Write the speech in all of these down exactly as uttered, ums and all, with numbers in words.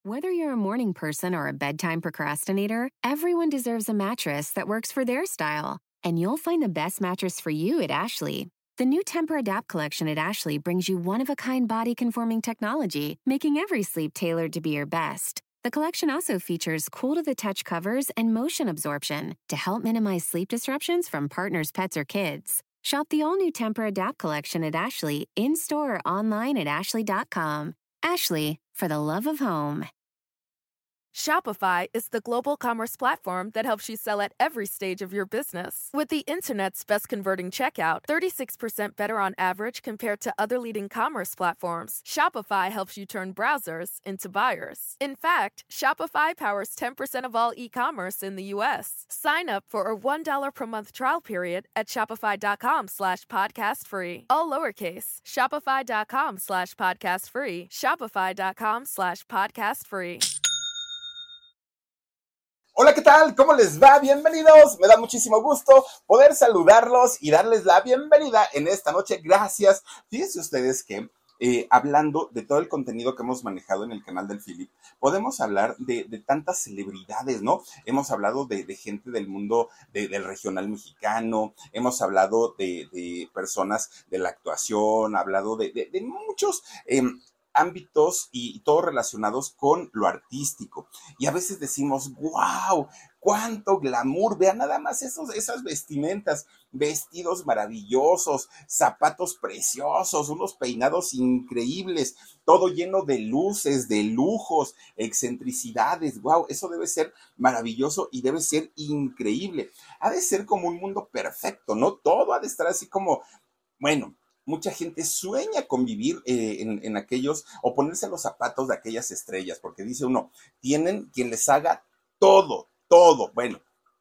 Whether you're a morning person or a bedtime procrastinator, everyone deserves a mattress that works for their style. And you'll find the best mattress for you at Ashley. The new Temper-Adapt collection at Ashley brings you one-of-a-kind body-conforming technology, making every sleep tailored to be your best. The collection also features cool-to-the-touch covers and motion absorption to help minimize sleep disruptions from partners, pets, or kids. Shop the all-new Temper-Adapt collection at Ashley, in-store or online at ashley dot com. Ashley, for the love of home. Shopify is the global commerce platform that helps you sell at every stage of your business. With the internet's best converting checkout, thirty-six percent better on average compared to other leading commerce platforms, Shopify helps you turn browsers into buyers. In fact, Shopify powers ten percent of all e-commerce in the U S. Sign up for a one dollar per month trial period at shopify.com slash podcast free. All lowercase, shopify.com slash podcast free, shopify.com slash podcast free. Hola, ¿qué tal? ¿Cómo les va? Bienvenidos. Me da muchísimo gusto poder saludarlos y darles la bienvenida en esta noche. Gracias. Fíjense ustedes que eh, hablando de todo el contenido que hemos manejado en el canal del Philip, podemos hablar de, de tantas celebridades, ¿no? Hemos hablado de, de gente del mundo de, del regional mexicano, hemos hablado de, de personas de la actuación, hablado de, de, de muchos... Eh, ámbitos y, y todos relacionados con lo artístico. Y a veces decimos, wow, cuánto glamour, vean nada más esos, esas vestimentas, vestidos maravillosos, zapatos preciosos, unos peinados increíbles, todo lleno de luces, de lujos, excentricidades, wow, eso debe ser maravilloso y debe ser increíble. Ha de ser como un mundo perfecto, ¿no? Todo ha de estar así como, bueno, mucha gente sueña con vivir eh, en, en aquellos, o ponerse los zapatos de aquellas estrellas, porque dice uno, tienen quien les haga todo, todo. Bueno,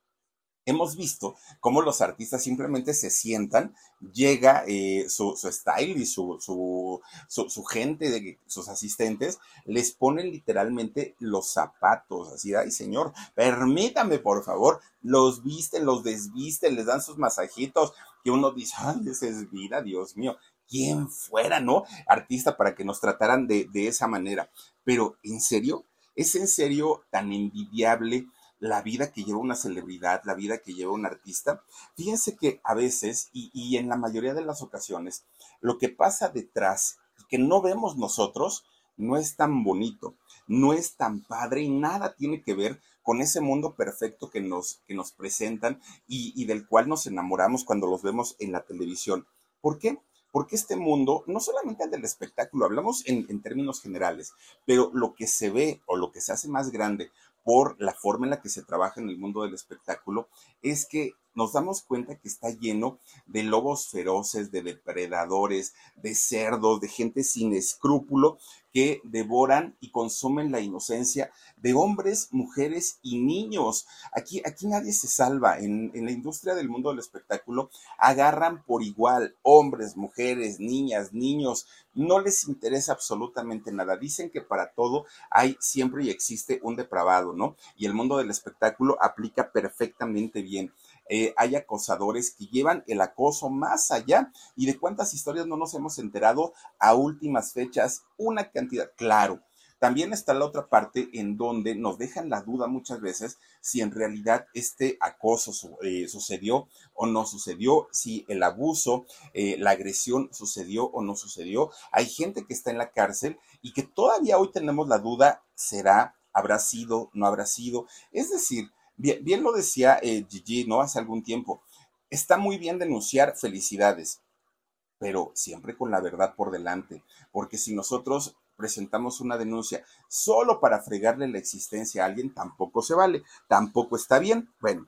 hemos visto cómo los artistas simplemente se sientan, llega eh, su, su style y su, su, su, su gente, de, sus asistentes, les ponen literalmente los zapatos, así, ay señor, permítame por favor, los visten, los desvisten, les dan sus masajitos, que uno dice, ay, esa es vida, Dios mío, quién fuera, ¿no? Artista para que nos trataran de, de esa manera. Pero, ¿en serio? ¿Es en serio tan envidiable la vida que lleva una celebridad, la vida que lleva un artista? Fíjense que a veces, y, y en la mayoría de las ocasiones, lo que pasa detrás, que no vemos nosotros, no es tan bonito, no es tan padre y nada tiene que ver con ese mundo perfecto que nos, que nos presentan y, y del cual nos enamoramos cuando los vemos en la televisión. ¿Por qué? Porque este mundo, no solamente el del espectáculo, hablamos en, en términos generales, pero lo que se ve o lo que se hace más grande por la forma en la que se trabaja en el mundo del espectáculo, es que nos damos cuenta que está lleno de lobos feroces, de depredadores, de cerdos, de gente sin escrúpulo que devoran y consumen la inocencia de hombres, mujeres y niños. Aquí, aquí nadie se salva. En, en la industria del mundo del espectáculo agarran por igual hombres, mujeres, niñas, niños. No les interesa absolutamente nada. Dicen que para todo hay siempre y existe un depravado, ¿no? Y el mundo del espectáculo aplica perfectamente bien. Eh, hay acosadores que llevan el acoso más allá, y de cuántas historias no nos hemos enterado a últimas fechas, una cantidad, claro. También está la otra parte en donde nos dejan la duda muchas veces si en realidad este acoso su, eh, sucedió o no sucedió, si el abuso, eh, la agresión sucedió o no sucedió. Hay gente que está en la cárcel y que todavía hoy tenemos la duda, ¿será, habrá sido, no habrá sido? Es decir, bien, bien lo decía eh, Gigi, ¿no? Hace algún tiempo, está muy bien denunciar, felicidades, pero siempre con la verdad por delante, porque si nosotros presentamos una denuncia solo para fregarle la existencia a alguien, tampoco se vale, tampoco está bien. Bueno,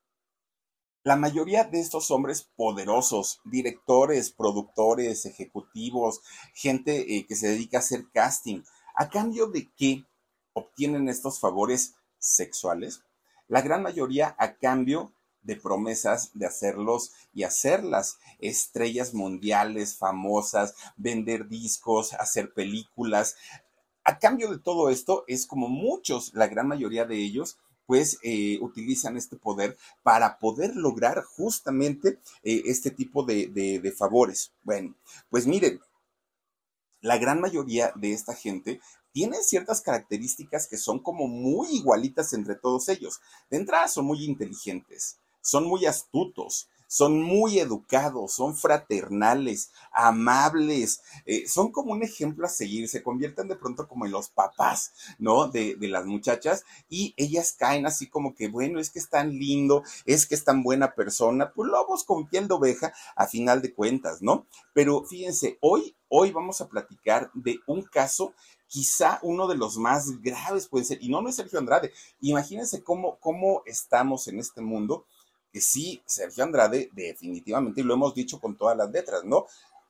la mayoría de estos hombres poderosos, directores, productores, ejecutivos, gente eh, que se dedica a hacer casting, ¿a cambio de qué obtienen estos favores sexuales? La gran mayoría a cambio de promesas de hacerlos y hacerlas estrellas mundiales, famosas, vender discos, hacer películas. A cambio de todo esto, es como muchos, la gran mayoría de ellos, pues eh, utilizan este poder para poder lograr justamente eh, este tipo de, de, de favores. Bueno, pues miren, la gran mayoría de esta gente tienen ciertas características que son como muy igualitas entre todos ellos. De entrada son muy inteligentes, son muy astutos, son muy educados, son fraternales, amables, eh, son como un ejemplo a seguir, se convierten de pronto como en los papás, ¿no? De, de las muchachas y ellas caen así como que, bueno, es que es tan lindo, es que es tan buena persona, pues lobos con piel de oveja a final de cuentas, ¿no? Pero fíjense, hoy, hoy vamos a platicar de un caso quizá uno de los más graves puede ser, y no, no es Sergio Andrade. Imagínense cómo, cómo estamos en este mundo, que sí, Sergio Andrade definitivamente, y lo hemos dicho con todas las letras, ¿no?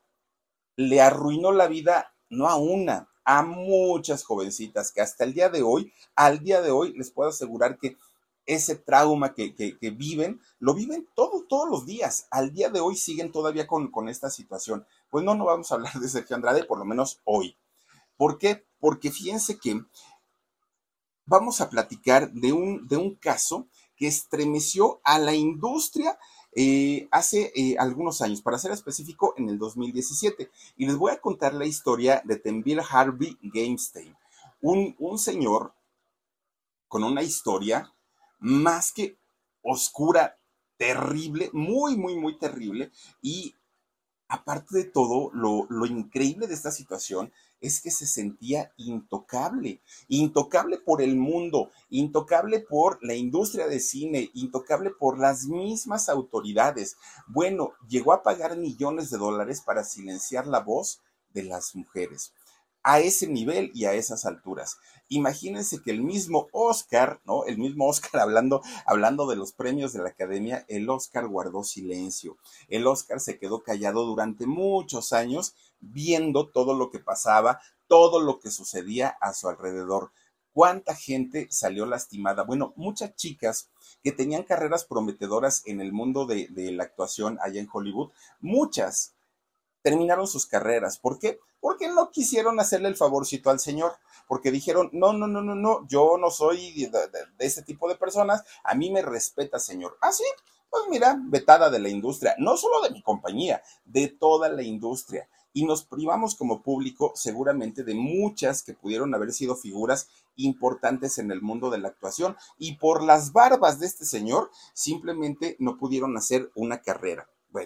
Le arruinó la vida no a una, a muchas jovencitas que hasta el día de hoy, al día de hoy, les puedo asegurar que ese trauma que, que, que viven, lo viven todo, todos los días. Al día de hoy siguen todavía con, con esta situación. Pues no, no vamos a hablar de Sergio Andrade, por lo menos hoy. ¿Por qué? Porque fíjense que vamos a platicar de un, de un caso que estremeció a la industria eh, hace eh, algunos años, para ser específico, en el dos mil diecisiete. Y les voy a contar la historia de Tenville Harvey Gamestein, un, un señor con una historia más que oscura, terrible, muy, muy, muy terrible. Y aparte de todo, lo, lo increíble de esta situación es que se sentía intocable, intocable por el mundo, intocable por la industria de cine, intocable por las mismas autoridades. Bueno, llegó a pagar millones de dólares para silenciar la voz de las mujeres. A ese nivel y a esas alturas. Imagínense que el mismo Oscar, ¿no? El mismo Oscar hablando, hablando de los premios de la Academia, el Oscar guardó silencio. El Oscar se quedó callado durante muchos años viendo todo lo que pasaba, todo lo que sucedía a su alrededor. ¿Cuánta gente salió lastimada? Bueno, muchas chicas que tenían carreras prometedoras en el mundo de, de la actuación allá en Hollywood, muchas terminaron sus carreras. ¿Por qué? Porque no quisieron hacerle el favorcito al señor, porque dijeron, no, no, no, no, no, yo no soy de, de, de ese tipo de personas, a mí me respeta, señor. Ah, sí, pues mira, vetada de la industria, no solo de mi compañía, de toda la industria. Y nos privamos como público seguramente de muchas que pudieron haber sido figuras importantes en el mundo de la actuación y por las barbas de este señor simplemente no pudieron hacer una carrera. Bueno,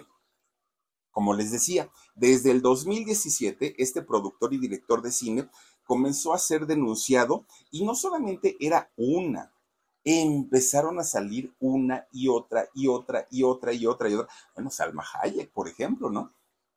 como les decía, desde el dos mil diecisiete, este productor y director de cine comenzó a ser denunciado y no solamente era una, empezaron a salir una y otra y otra y otra y otra y otra. Bueno, Salma Hayek, por ejemplo, ¿no?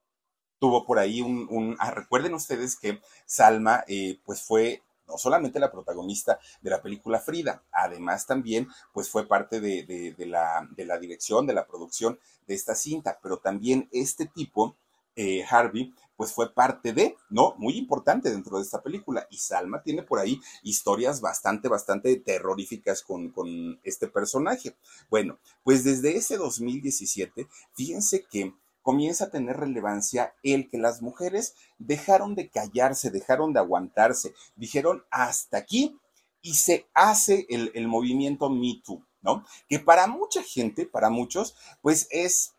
Tuvo por ahí un, un ah, recuerden ustedes que Salma eh, pues fue no solamente la protagonista de la película Frida, además también pues fue parte de, de, de, la, de la dirección, de la producción de esta cinta, pero también este tipo, eh, Harvey, pues fue parte de, ¿no? Muy importante dentro de esta película. Y Salma tiene por ahí historias bastante, bastante terroríficas con, con este personaje. Bueno, pues desde ese dos mil diecisiete, fíjense que comienza a tener relevancia el que las mujeres dejaron de callarse, dejaron de aguantarse, dijeron hasta aquí y se hace el, el movimiento Me Too, ¿no? Que para mucha gente, para muchos, pues es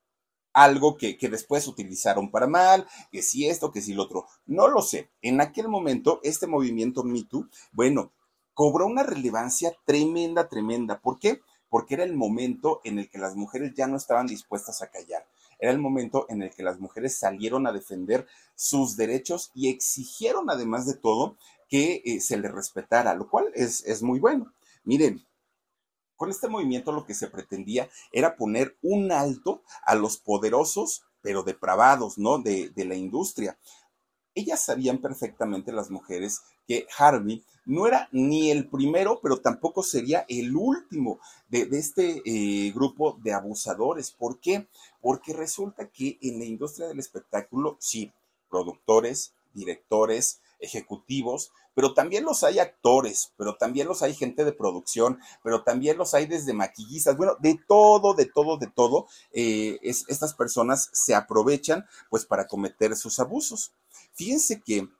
algo que, que después utilizaron para mal, que si esto, que si lo otro, no lo sé. En aquel momento, este movimiento Me Too, bueno, cobró una relevancia tremenda, tremenda. ¿Por qué? Porque era el momento en el que las mujeres ya no estaban dispuestas a callar. Era el momento en el que las mujeres salieron a defender sus derechos y exigieron, además de todo, que eh, se les respetara, lo cual es, es muy bueno. Miren, con este movimiento lo que se pretendía era poner un alto a los poderosos, pero depravados, ¿no? De, de la industria. Ellas sabían perfectamente, las mujeres, que Harvey no era ni el primero, pero tampoco sería el último de, de este eh, grupo de abusadores. ¿Por qué? Porque resulta que en la industria del espectáculo, sí, productores, directores, ejecutivos, pero también los hay actores, pero también los hay gente de producción, pero también los hay desde maquillistas, bueno, de todo, de todo, de todo, eh, es, estas personas se aprovechan pues para cometer sus abusos. Fíjense que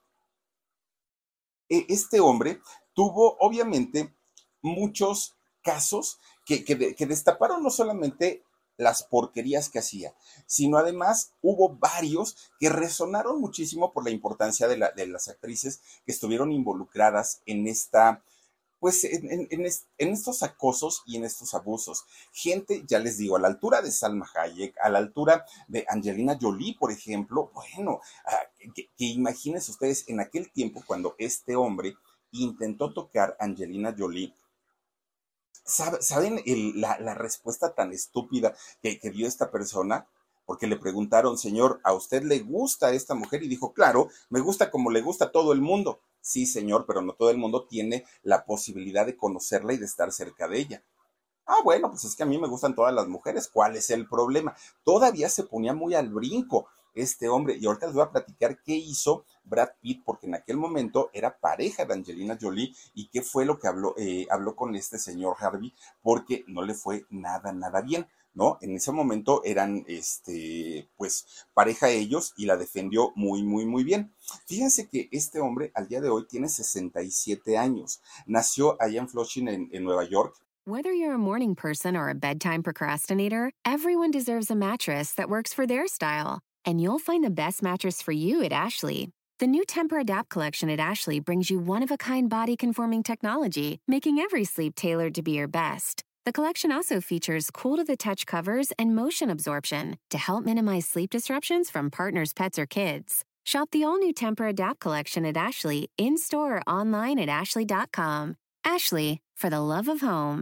eh, este hombre tuvo obviamente muchos casos que, que, de, que destaparon no solamente las porquerías que hacía, sino además hubo varios que resonaron muchísimo por la importancia de, la, de las actrices que estuvieron involucradas en esta, pues en, en, en, est en estos acosos y en estos abusos. Gente, ya les digo, a la altura de Salma Hayek, a la altura de Angelina Jolie, por ejemplo, bueno, uh, que, que imagínense ustedes en aquel tiempo cuando este hombre intentó tocar a Angelina Jolie. ¿Saben el, la, la respuesta tan estúpida que, que dio esta persona? Porque le preguntaron, señor, ¿a usted le gusta esta mujer? Y dijo, claro, me gusta como le gusta a todo el mundo. Sí, señor, pero no todo el mundo tiene la posibilidad de conocerla y de estar cerca de ella. Ah, bueno, pues es que a mí me gustan todas las mujeres. ¿Cuál es el problema? Todavía se ponía muy al brinco este hombre. Y ahorita les voy a platicar qué hizo Brad Pitt, porque en aquel momento era pareja de Angelina Jolie, y qué fue lo que habló, eh, habló con este señor Harvey, porque no le fue nada, nada bien, ¿no? En ese momento eran, este, pues, pareja ellos, y la defendió muy, muy, muy bien. Fíjense que este hombre al día de hoy tiene sesenta y siete años. Nació allá en Flushing, en, en Nueva York. Whether you're a morning person or a bedtime procrastinator, everyone deserves a mattress that works for their style. And you'll find the best mattress for you at Ashley. The new Temper-Adapt collection at Ashley brings you one-of-a-kind body-conforming technology, making every sleep tailored to be your best. The collection also features cool-to-the-touch covers and motion absorption to help minimize sleep disruptions from partners, pets, or kids. Shop the all-new Temper-Adapt collection at Ashley, in-store or online at ashley dot com. Ashley, for the love of home.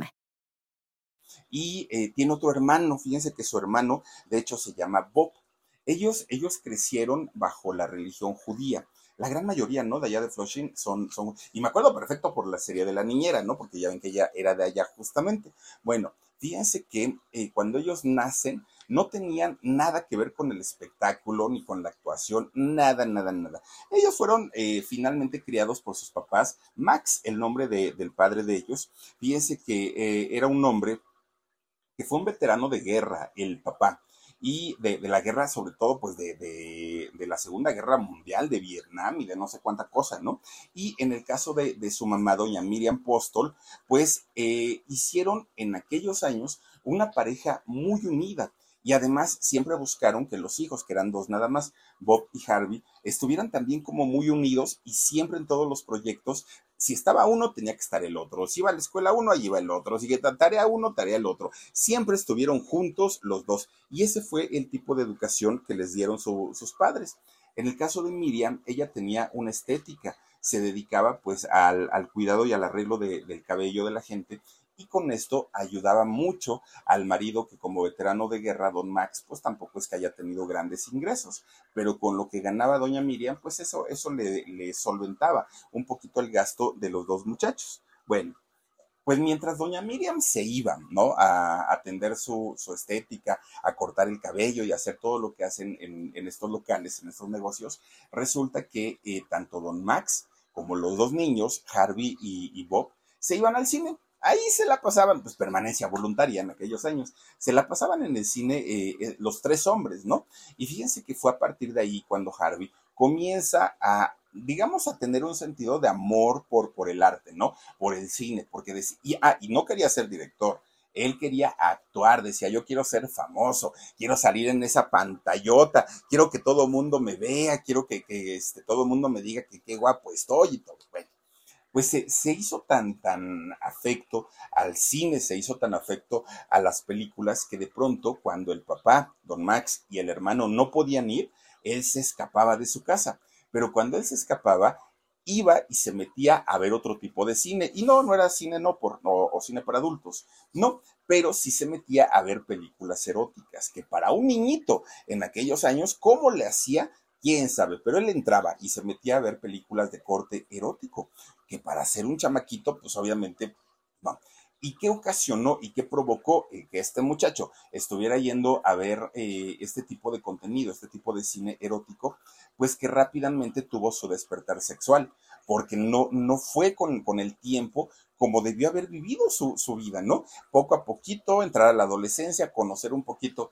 Y eh, tiene otro hermano, fíjense que su hermano, de hecho, se llama Bob. Ellos, ellos crecieron bajo la religión judía. La gran mayoría, ¿no? De allá de Flushing son, son, y me acuerdo perfecto por la serie de La Niñera, ¿no? Porque ya ven que ella era de allá justamente. Bueno, fíjense que eh, cuando ellos nacen, no tenían nada que ver con el espectáculo, ni con la actuación, nada, nada, nada. Ellos fueron eh, finalmente criados por sus papás. Max, el nombre de, del padre de ellos, fíjense que eh, era un hombre que fue un veterano de guerra, el papá, y de, de la guerra, sobre todo, pues de, de, de la Segunda Guerra Mundial, de Vietnam y de no sé cuánta cosa, ¿no? Y en el caso de, de su mamá, doña Miriam Postol, pues eh, hicieron en aquellos años una pareja muy unida. Y además siempre buscaron que los hijos, que eran dos nada más, Bob y Harvey, estuvieran también como muy unidos, y siempre en todos los proyectos, si estaba uno, tenía que estar el otro. Si iba a la escuela uno, allí iba el otro. Si tarea uno, tarea el otro. Siempre estuvieron juntos los dos. Y ese fue el tipo de educación que les dieron su, sus padres. En el caso de Miriam, ella tenía una estética. Se dedicaba pues al, al cuidado y al arreglo de, del cabello de la gente, y con esto ayudaba mucho al marido, que como veterano de guerra, don Max, pues tampoco es que haya tenido grandes ingresos, pero con lo que ganaba doña Miriam, pues eso, eso le, le solventaba un poquito el gasto de los dos muchachos. Bueno, pues mientras doña Miriam se iba, ¿no? A atender su, su estética, a cortar el cabello y a hacer todo lo que hacen en, en estos locales, en estos negocios, resulta que eh, tanto don Max como los dos niños, Harvey y, y Bob, se iban al cine. Ahí se la pasaban, pues permanencia voluntaria en aquellos años, se la pasaban en el cine eh, eh, los tres hombres, ¿no? Y fíjense que fue a partir de ahí cuando Harvey comienza a, digamos, a tener un sentido de amor por, por el arte, ¿no? Por el cine, porque decía, y, ah, y no quería ser director. Él quería actuar, decía, yo quiero ser famoso, quiero salir en esa pantallota, quiero que todo el mundo me vea, quiero que, que este, todo el mundo me diga que qué guapo estoy y todo. Bueno, pues se, se hizo tan, tan afecto al cine, se hizo tan afecto a las películas, que de pronto, cuando el papá, don Max, y el hermano no podían ir, él se escapaba de su casa. Pero cuando él se escapaba, iba y se metía a ver otro tipo de cine. Y no, no era cine no por, no, o cine para adultos, no, pero sí se metía a ver películas eróticas, que para un niñito en aquellos años, ¿cómo le hacía? Quién sabe, pero él entraba y se metía a ver películas de corte erótico, que para ser un chamaquito, pues obviamente, no. ¿Y qué ocasionó y qué provocó el que este muchacho estuviera yendo a ver eh, este tipo de contenido, este tipo de cine erótico? Pues que rápidamente tuvo su despertar sexual, porque no, no fue con, con el tiempo como debió haber vivido su, su vida, ¿no? Poco a poquito, entrar a la adolescencia, conocer un poquito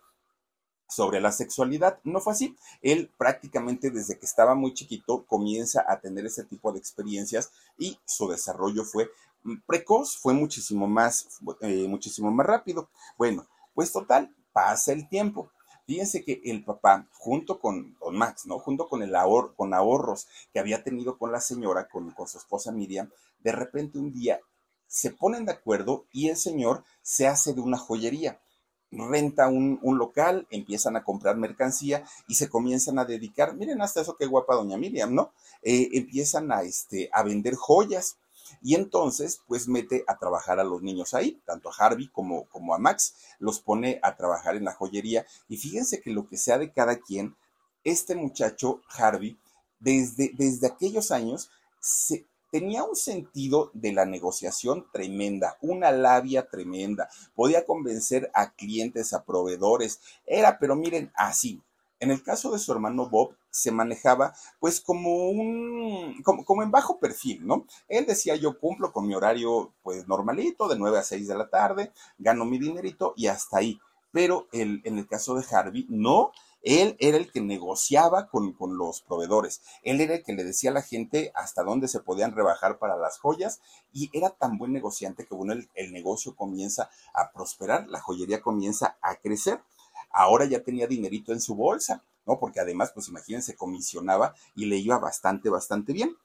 sobre la sexualidad. No fue así. Él prácticamente desde que estaba muy chiquito comienza a tener ese tipo de experiencias, y su desarrollo fue precoz, fue muchísimo más, eh, muchísimo más rápido. Bueno, pues total, Pasa el tiempo. Fíjense que el papá, junto con, con Max, ¿no? Junto con el ahor con ahorros que había tenido con la señora, con, con su esposa Miriam, de repente un día se ponen de acuerdo y el señor se hace de una joyería. Renta un, un local, empiezan a comprar mercancía y se comienzan a dedicar, miren hasta eso qué guapa doña Miriam, ¿no? Eh, empiezan a, este, a vender joyas. Y entonces, pues mete a trabajar a los niños ahí, tanto a Harvey como, como a Max, los pone a trabajar en la joyería. Y fíjense que lo que sea de cada quien, este muchacho, Harvey, desde, desde aquellos años, se, tenía un sentido de la negociación tremenda, una labia tremenda. Podía convencer a clientes, a proveedores. Era, pero miren, así. En el caso de su hermano Bob, se manejaba pues como un, como, como en bajo perfil, ¿no? Él decía, yo cumplo con mi horario pues normalito, de nueve a seis de la tarde, gano mi dinerito y hasta ahí. Pero el, en el caso de Harvey, no, él era el que negociaba con, con los proveedores, él era el que le decía a la gente hasta dónde se podían rebajar para las joyas y era tan buen negociante que bueno, el, el negocio comienza a prosperar, la joyería comienza a crecer. Ahora ya tenía dinerito en su bolsa, ¿no? Porque además, pues imagínense, comisionaba y le iba bastante, bastante bien.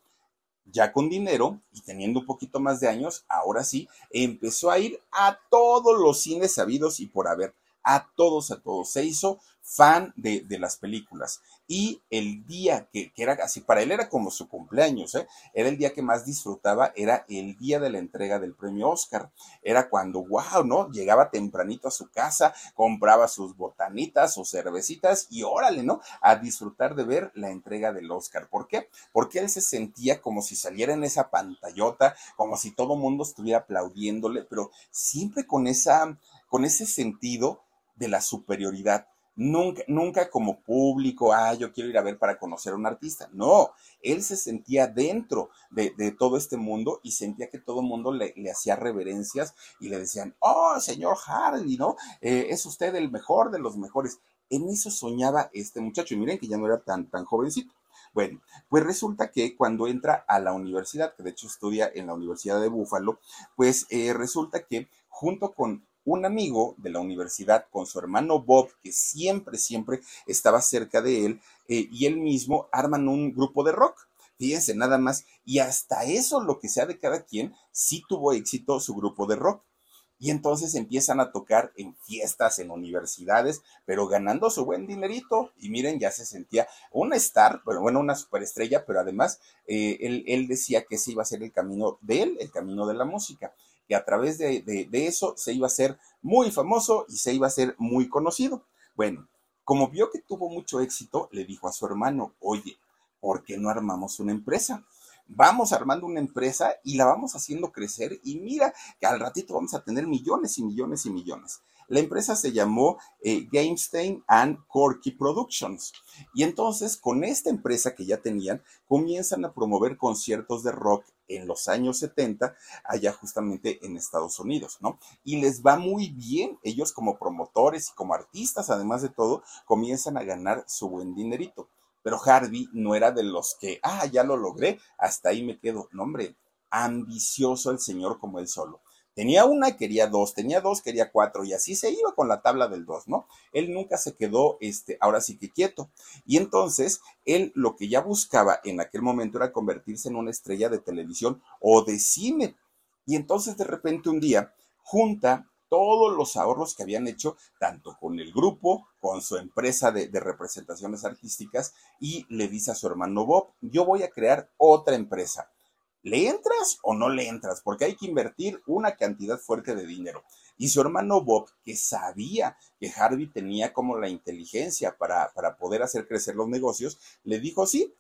Ya con dinero y teniendo un poquito más de años, ahora sí, empezó a ir a todos los cines sabidos y por haber, a todos, a todos. Se hizo fan de, de las películas. Y el día que, que era así, para él era como su cumpleaños, ¿eh? Era el día que más disfrutaba, era el día de la entrega del premio Oscar. Era cuando, wow, ¿no? Llegaba tempranito a su casa, compraba sus botanitas, sus cervecitas y órale, ¿no? A disfrutar de ver la entrega del Oscar. ¿Por qué? Porque él se sentía como si saliera en esa pantallota, como si todo mundo estuviera aplaudiéndole, pero siempre con esa, con ese sentido de la superioridad. Nunca, nunca como público, ah, yo quiero ir a ver para conocer a un artista. No, él se sentía dentro de, de todo este mundo y sentía que todo el mundo le, le hacía reverencias y le decían, oh, señor Harvey, ¿no? Eh, es usted el mejor de los mejores. En eso soñaba este muchacho y miren que ya no era tan, tan jovencito. Bueno, pues resulta que cuando entra a la universidad, que de hecho estudia en la Universidad de Buffalo, pues eh, resulta que junto con un amigo de la universidad, con su hermano Bob, que siempre, siempre estaba cerca de él, eh, y él mismo arman un grupo de rock. Fíjense, nada más. Y hasta eso, lo que sea de cada quien, sí tuvo éxito su grupo de rock. Y entonces empiezan a tocar en fiestas, en universidades, pero ganando su buen dinerito. Y miren, ya se sentía una star, pero bueno, una superestrella, pero además eh, él, él decía que ese iba a ser el camino de él, el camino de la música, que a través de, de, de eso se iba a ser muy famoso y se iba a ser muy conocido. Bueno, como vio que tuvo mucho éxito, le dijo a su hermano, oye, ¿por qué no armamos una empresa? Vamos armando una empresa y la vamos haciendo crecer y mira que al ratito vamos a tener millones y millones y millones. La empresa se llamó eh, Gamestein and Corky Productions y entonces con esta empresa que ya tenían comienzan a promover conciertos de rock en los años setenta allá justamente en Estados Unidos, ¿no? Y les va muy bien, ellos como promotores y como artistas, además de todo, comienzan a ganar su buen dinerito. Pero Harvey no era de los que, ah, ya lo logré, hasta ahí me quedo. No, hombre, ambicioso el señor como él solo. Tenía una, quería dos, tenía dos, quería cuatro, y así se iba con la tabla del dos, ¿no? Él nunca se quedó, este, ahora sí que quieto. Y entonces, él lo que ya buscaba en aquel momento era convertirse en una estrella de televisión o de cine. Y entonces, de repente, un día, junta todos los ahorros que habían hecho, tanto con el grupo, con su empresa de, de representaciones artísticas, y le dice a su hermano Bob, yo voy a crear otra empresa. ¿Le entras o no le entras? Porque hay que invertir una cantidad fuerte de dinero. Y su hermano Bob, que sabía que Harvey tenía como la inteligencia para, para poder hacer crecer los negocios, le dijo, sí,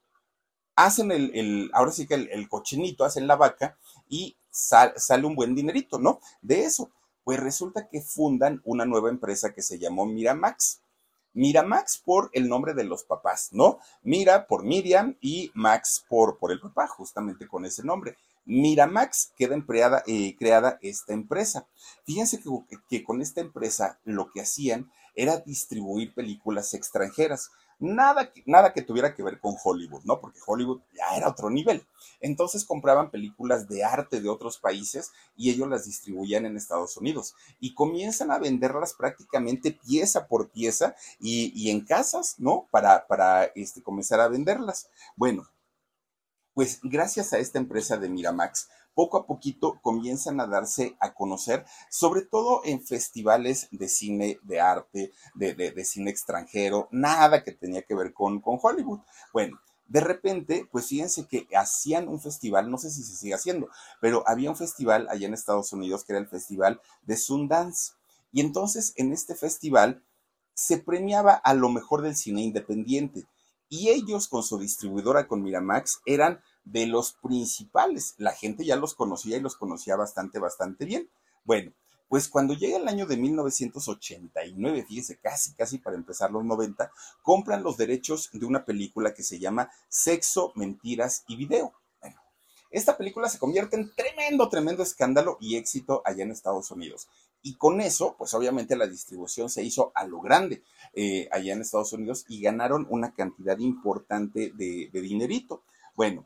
hacen el, el ahora sí que el, el cochinito, hacen la vaca y sal, sale un buen dinerito, ¿no? De eso. Pues resulta que fundan una nueva empresa que se llamó Miramax. Miramax por el nombre de los papás, ¿no? Mira por Miriam y Max por, por el papá, justamente con ese nombre. Miramax queda empleada, eh, creada esta empresa. Fíjense que, que con esta empresa lo que hacían era distribuir películas extranjeras. nada, que- nada que tuviera que ver con Hollywood, ¿no? Porque Hollywood ya era otro nivel. Entonces compraban películas de arte de otros países y ellos las distribuían en Estados Unidos y comienzan a venderlas prácticamente pieza por pieza y, y en casas, ¿no? Para, para este, comenzar a venderlas. Bueno, pues gracias a esta empresa de Miramax, poco a poquito comienzan a darse a conocer, sobre todo en festivales de cine, de arte, de, de, de cine extranjero, nada que tenía que ver con, con Hollywood. Bueno, de repente, pues fíjense que hacían un festival, no sé si se sigue haciendo, pero había un festival allá en Estados Unidos que era el Festival de Sundance. Y entonces en este festival se premiaba a lo mejor del cine independiente. Y ellos con su distribuidora, con Miramax, eran de los principales. La gente ya los conocía y los conocía bastante, bastante bien. Bueno, pues cuando llega el año de mil novecientos ochenta y nueve, fíjese, casi, casi para empezar los noventa, compran los derechos de una película que se llama Sexo, Mentiras y Video. Bueno, esta película se convierte en tremendo, tremendo escándalo y éxito allá en Estados Unidos. Y con eso, pues obviamente la distribución se hizo a lo grande eh, allá en Estados Unidos y ganaron una cantidad importante de, de dinerito. Bueno,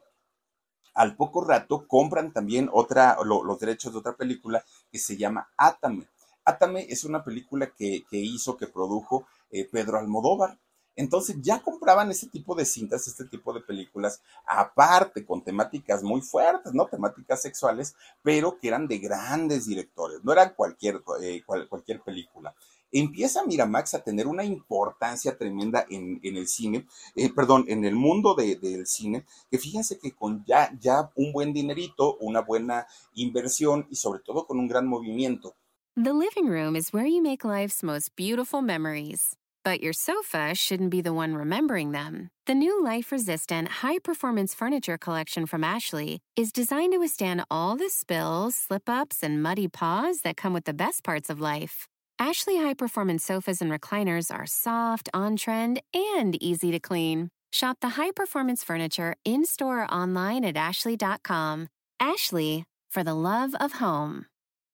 al poco rato compran también otra, lo, los derechos de otra película que se llama Átame. Átame es una película que, que hizo, que produjo eh, Pedro Almodóvar. Entonces ya compraban ese tipo de cintas, este tipo de películas, aparte con temáticas muy fuertes, ¿no? Temáticas sexuales, pero que eran de grandes directores, no eran cualquier, eh, cual, cualquier película. Empieza Miramax a tener una importancia tremenda en, en el cine, eh, perdón, en el mundo de, del cine, que fíjense que con ya, ya un buen dinerito, una buena inversión y sobre todo con un gran movimiento. The living room is where you make life's most beautiful memories. But your sofa shouldn't be the one remembering them. The new life-resistant, high-performance furniture collection from Ashley is designed to withstand all the spills, slip-ups, and muddy paws that come with the best parts of life. Ashley high-performance sofas and recliners are soft, on-trend, and easy to clean. Shop the high-performance furniture in-store or online at ashley dot com. Ashley, for the love of home.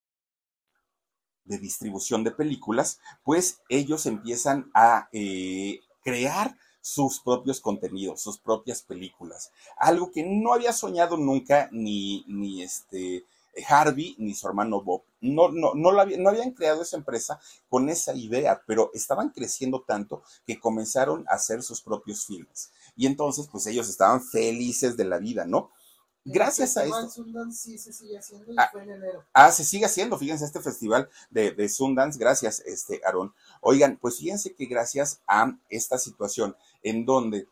De distribución de películas, pues ellos empiezan a eh, crear sus propios contenidos, sus propias películas. Algo que no había soñado nunca ni, ni este Harvey ni su hermano Bob. No, no, no, lo había, no habían creado esa empresa con esa idea, pero estaban creciendo tanto que comenzaron a hacer sus propios filmes. Y entonces, pues ellos estaban felices de la vida, ¿no? Gracias a esto. Sundance sí se sigue haciendo y Ah, fue en enero. Ah, se sigue haciendo, fíjense, este festival de, de Sundance, gracias, este, Aarón. Oigan, pues fíjense que gracias a esta situación en donde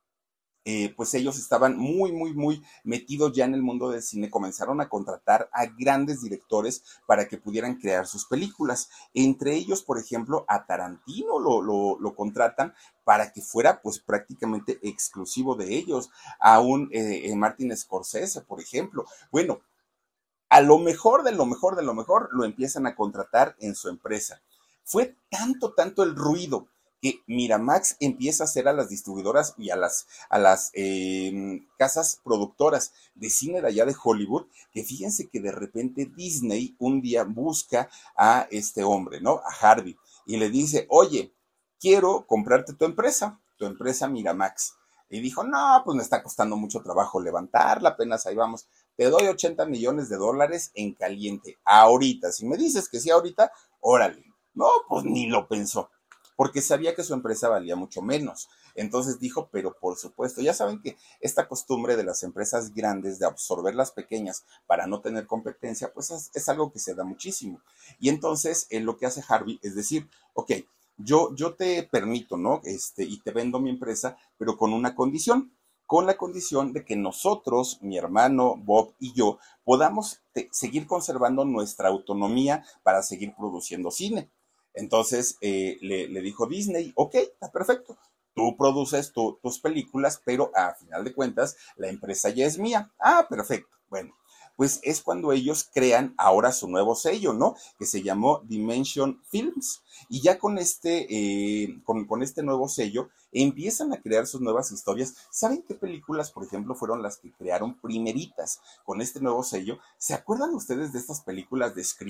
eh, pues ellos estaban muy, muy, muy metidos ya en el mundo del cine, comenzaron a contratar a grandes directores para que pudieran crear sus películas. Entre ellos, por ejemplo, a Tarantino lo, lo, lo contratan para que fuera pues prácticamente exclusivo de ellos, a un eh, eh, Martin Scorsese, por ejemplo. Bueno, a lo mejor de lo mejor de lo mejor lo empiezan a contratar en su empresa. Fue tanto, tanto el ruido que Miramax empieza a hacer a las distribuidoras y a las, a las eh, casas productoras de cine de allá de Hollywood, que fíjense que de repente Disney un día busca a este hombre, ¿no? A Harvey, y le dice, oye, quiero comprarte tu empresa, tu empresa Miramax. Y dijo, no, pues me está costando mucho trabajo levantarla, apenas ahí vamos. Te doy ochenta millones de dólares en caliente, ahorita. Si me dices que sí ahorita, órale. No, pues ni lo pensó, porque sabía que su empresa valía mucho menos. Entonces dijo, pero por supuesto, ya saben que esta costumbre de las empresas grandes de absorber las pequeñas para no tener competencia, pues es, es algo que se da muchísimo. Y entonces eh, lo que hace Harvey es decir, ok, yo, yo te permito, ¿no? Este, y te vendo mi empresa, pero con una condición, con la condición de que nosotros, mi hermano Bob y yo, podamos te, seguir conservando nuestra autonomía para seguir produciendo cine. Entonces eh, le, le dijo Disney, ok, está perfecto, tú produces tu, tus películas, pero a final de cuentas la empresa ya es mía. Ah, perfecto, bueno. Pues es cuando ellos crean ahora su nuevo sello, ¿no? Que se llamó Dimension Films. Y ya con este, eh, con, con este nuevo sello, empiezan a crear sus nuevas historias. ¿Saben qué películas, por ejemplo, fueron las que crearon primeritas con este nuevo sello? ¿Se acuerdan ustedes de estas películas de Scream?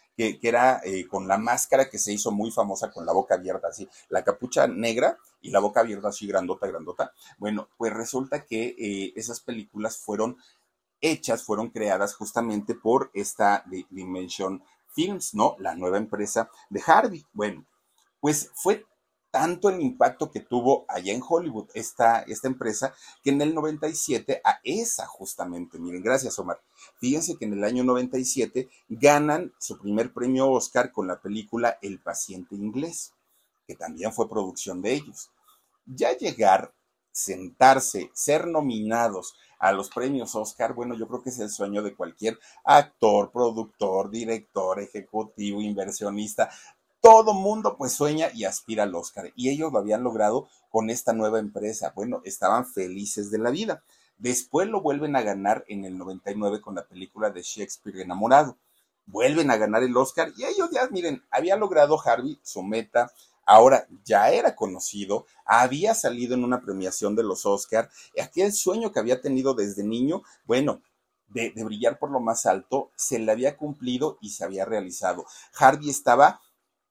que, que era eh, con la máscara que se hizo muy famosa con la boca abierta, así, la capucha negra y la boca abierta así grandota, grandota. Bueno, pues resulta que eh, esas películas fueron hechas, fueron creadas justamente por esta Dimension Films, ¿no? La nueva empresa de Harvey. Bueno, pues fue tanto el impacto que tuvo allá en Hollywood esta, esta empresa, que en el noventa y siete, a esa justamente, miren, gracias Omar, fíjense que en el año noventa y siete ganan su primer premio Oscar con la película El paciente inglés, que también fue producción de ellos. Ya llegar, sentarse, ser nominados a los premios Oscar, bueno, yo creo que es el sueño de cualquier actor, productor, director, ejecutivo, inversionista. Todo mundo pues sueña y aspira al Oscar, y ellos lo habían logrado con esta nueva empresa. Bueno, estaban felices de la vida. Después lo vuelven a ganar en el noventa y nueve con la película de Shakespeare enamorado. Vuelven a ganar el Oscar y ellos ya, miren, había logrado Harvey su meta. Ahora ya era conocido, había salido en una premiación de los Oscar, aquel sueño que había tenido desde niño, bueno, de, de brillar por lo más alto, se le había cumplido y se había realizado. Harvey estaba,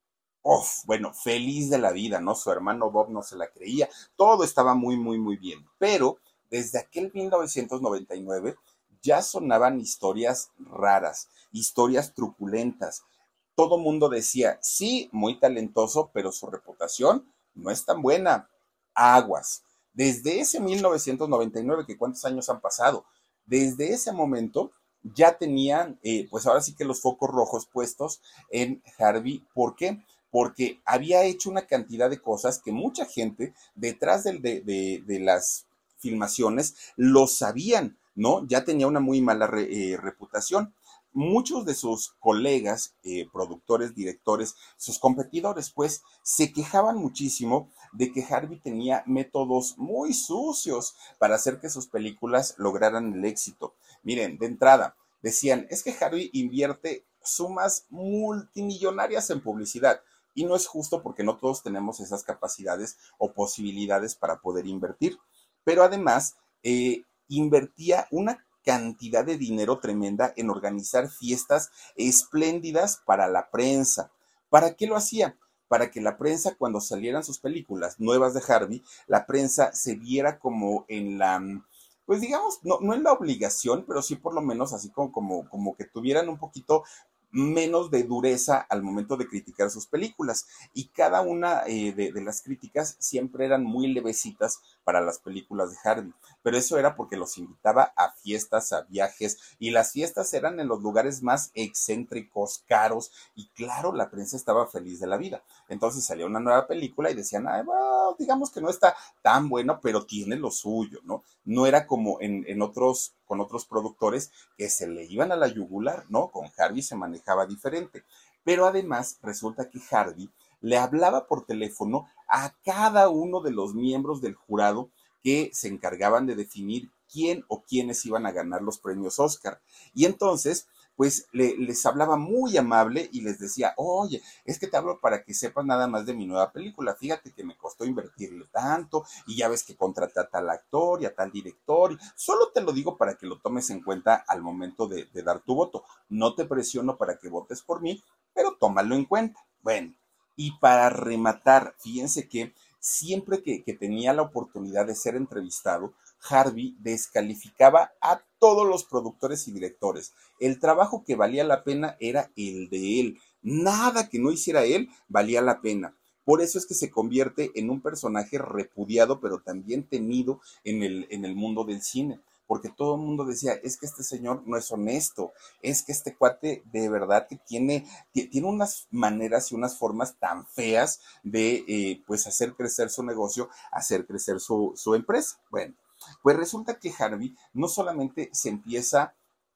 uf, bueno, feliz de la vida, ¿no? Su hermano Bob no se la creía, todo estaba muy, muy, muy bien. Pero desde aquel mil novecientos noventa y nueve ya sonaban historias raras, historias truculentas. Todo mundo decía, sí, muy talentoso, pero su reputación no es tan buena. Aguas. Desde ese mil novecientos noventa y nueve, que cuántos años han pasado, desde ese momento ya tenían, eh, pues ahora sí que los focos rojos puestos en Harvey. ¿Por qué? Porque había hecho una cantidad de cosas que mucha gente detrás de, de, de, de las filmaciones lo sabían, ¿no? Ya tenía una muy mala re, eh, reputación. Muchos de sus colegas, eh, productores, directores, sus competidores, pues, se quejaban muchísimo de que Harvey tenía métodos muy sucios para hacer que sus películas lograran el éxito. Miren, de entrada, decían, es que Harvey invierte sumas multimillonarias en publicidad. Y no es justo porque no todos tenemos esas capacidades o posibilidades para poder invertir. Pero además, eh, invertía una cantidad de dinero tremenda en organizar fiestas espléndidas para la prensa. ¿Para qué lo hacía? Para que la prensa, cuando salieran sus películas nuevas de Harvey, la prensa se viera como en la, pues digamos, no, no en la obligación, pero sí por lo menos así como, como, como que tuvieran un poquito menos de dureza al momento de criticar sus películas. Y cada una eh, de, de las críticas siempre eran muy levecitas para las películas de Harvey. Pero eso era porque los invitaba a fiestas, a viajes, y las fiestas eran en los lugares más excéntricos, caros, y claro, la prensa estaba feliz de la vida. Entonces salía una nueva película y decían, ay, bueno, digamos que no está tan bueno, pero tiene lo suyo, ¿no? No era como en, en otros, con otros productores que se le iban a la yugular, ¿no? Con Harvey se manejaba diferente. Pero además resulta que Harvey le hablaba por teléfono a cada uno de los miembros del jurado que se encargaban de definir quién o quiénes iban a ganar los premios Oscar. Y entonces, pues le, les hablaba muy amable y les decía, oye, es que te hablo para que sepas nada más de mi nueva película. Fíjate que me costó invertirle tanto y ya ves que contraté a tal actor y a tal director. Y solo te lo digo para que lo tomes en cuenta al momento de, de dar tu voto. No te presiono para que votes por mí, pero tómalo en cuenta. Bueno, y para rematar, fíjense que siempre que, que tenía la oportunidad de ser entrevistado, Harvey descalificaba a todos los productores y directores. El trabajo que valía la pena era el de él. Nada que no hiciera él valía la pena. Por eso es que se convierte en un personaje repudiado, pero también temido en el, en el mundo del cine. Porque todo el mundo decía, es que este señor no es honesto, es que este cuate de verdad que tiene, tiene unas maneras y unas formas tan feas de eh, pues hacer crecer su negocio, hacer crecer su, su empresa. Bueno, pues resulta que Harvey no solamente se empieza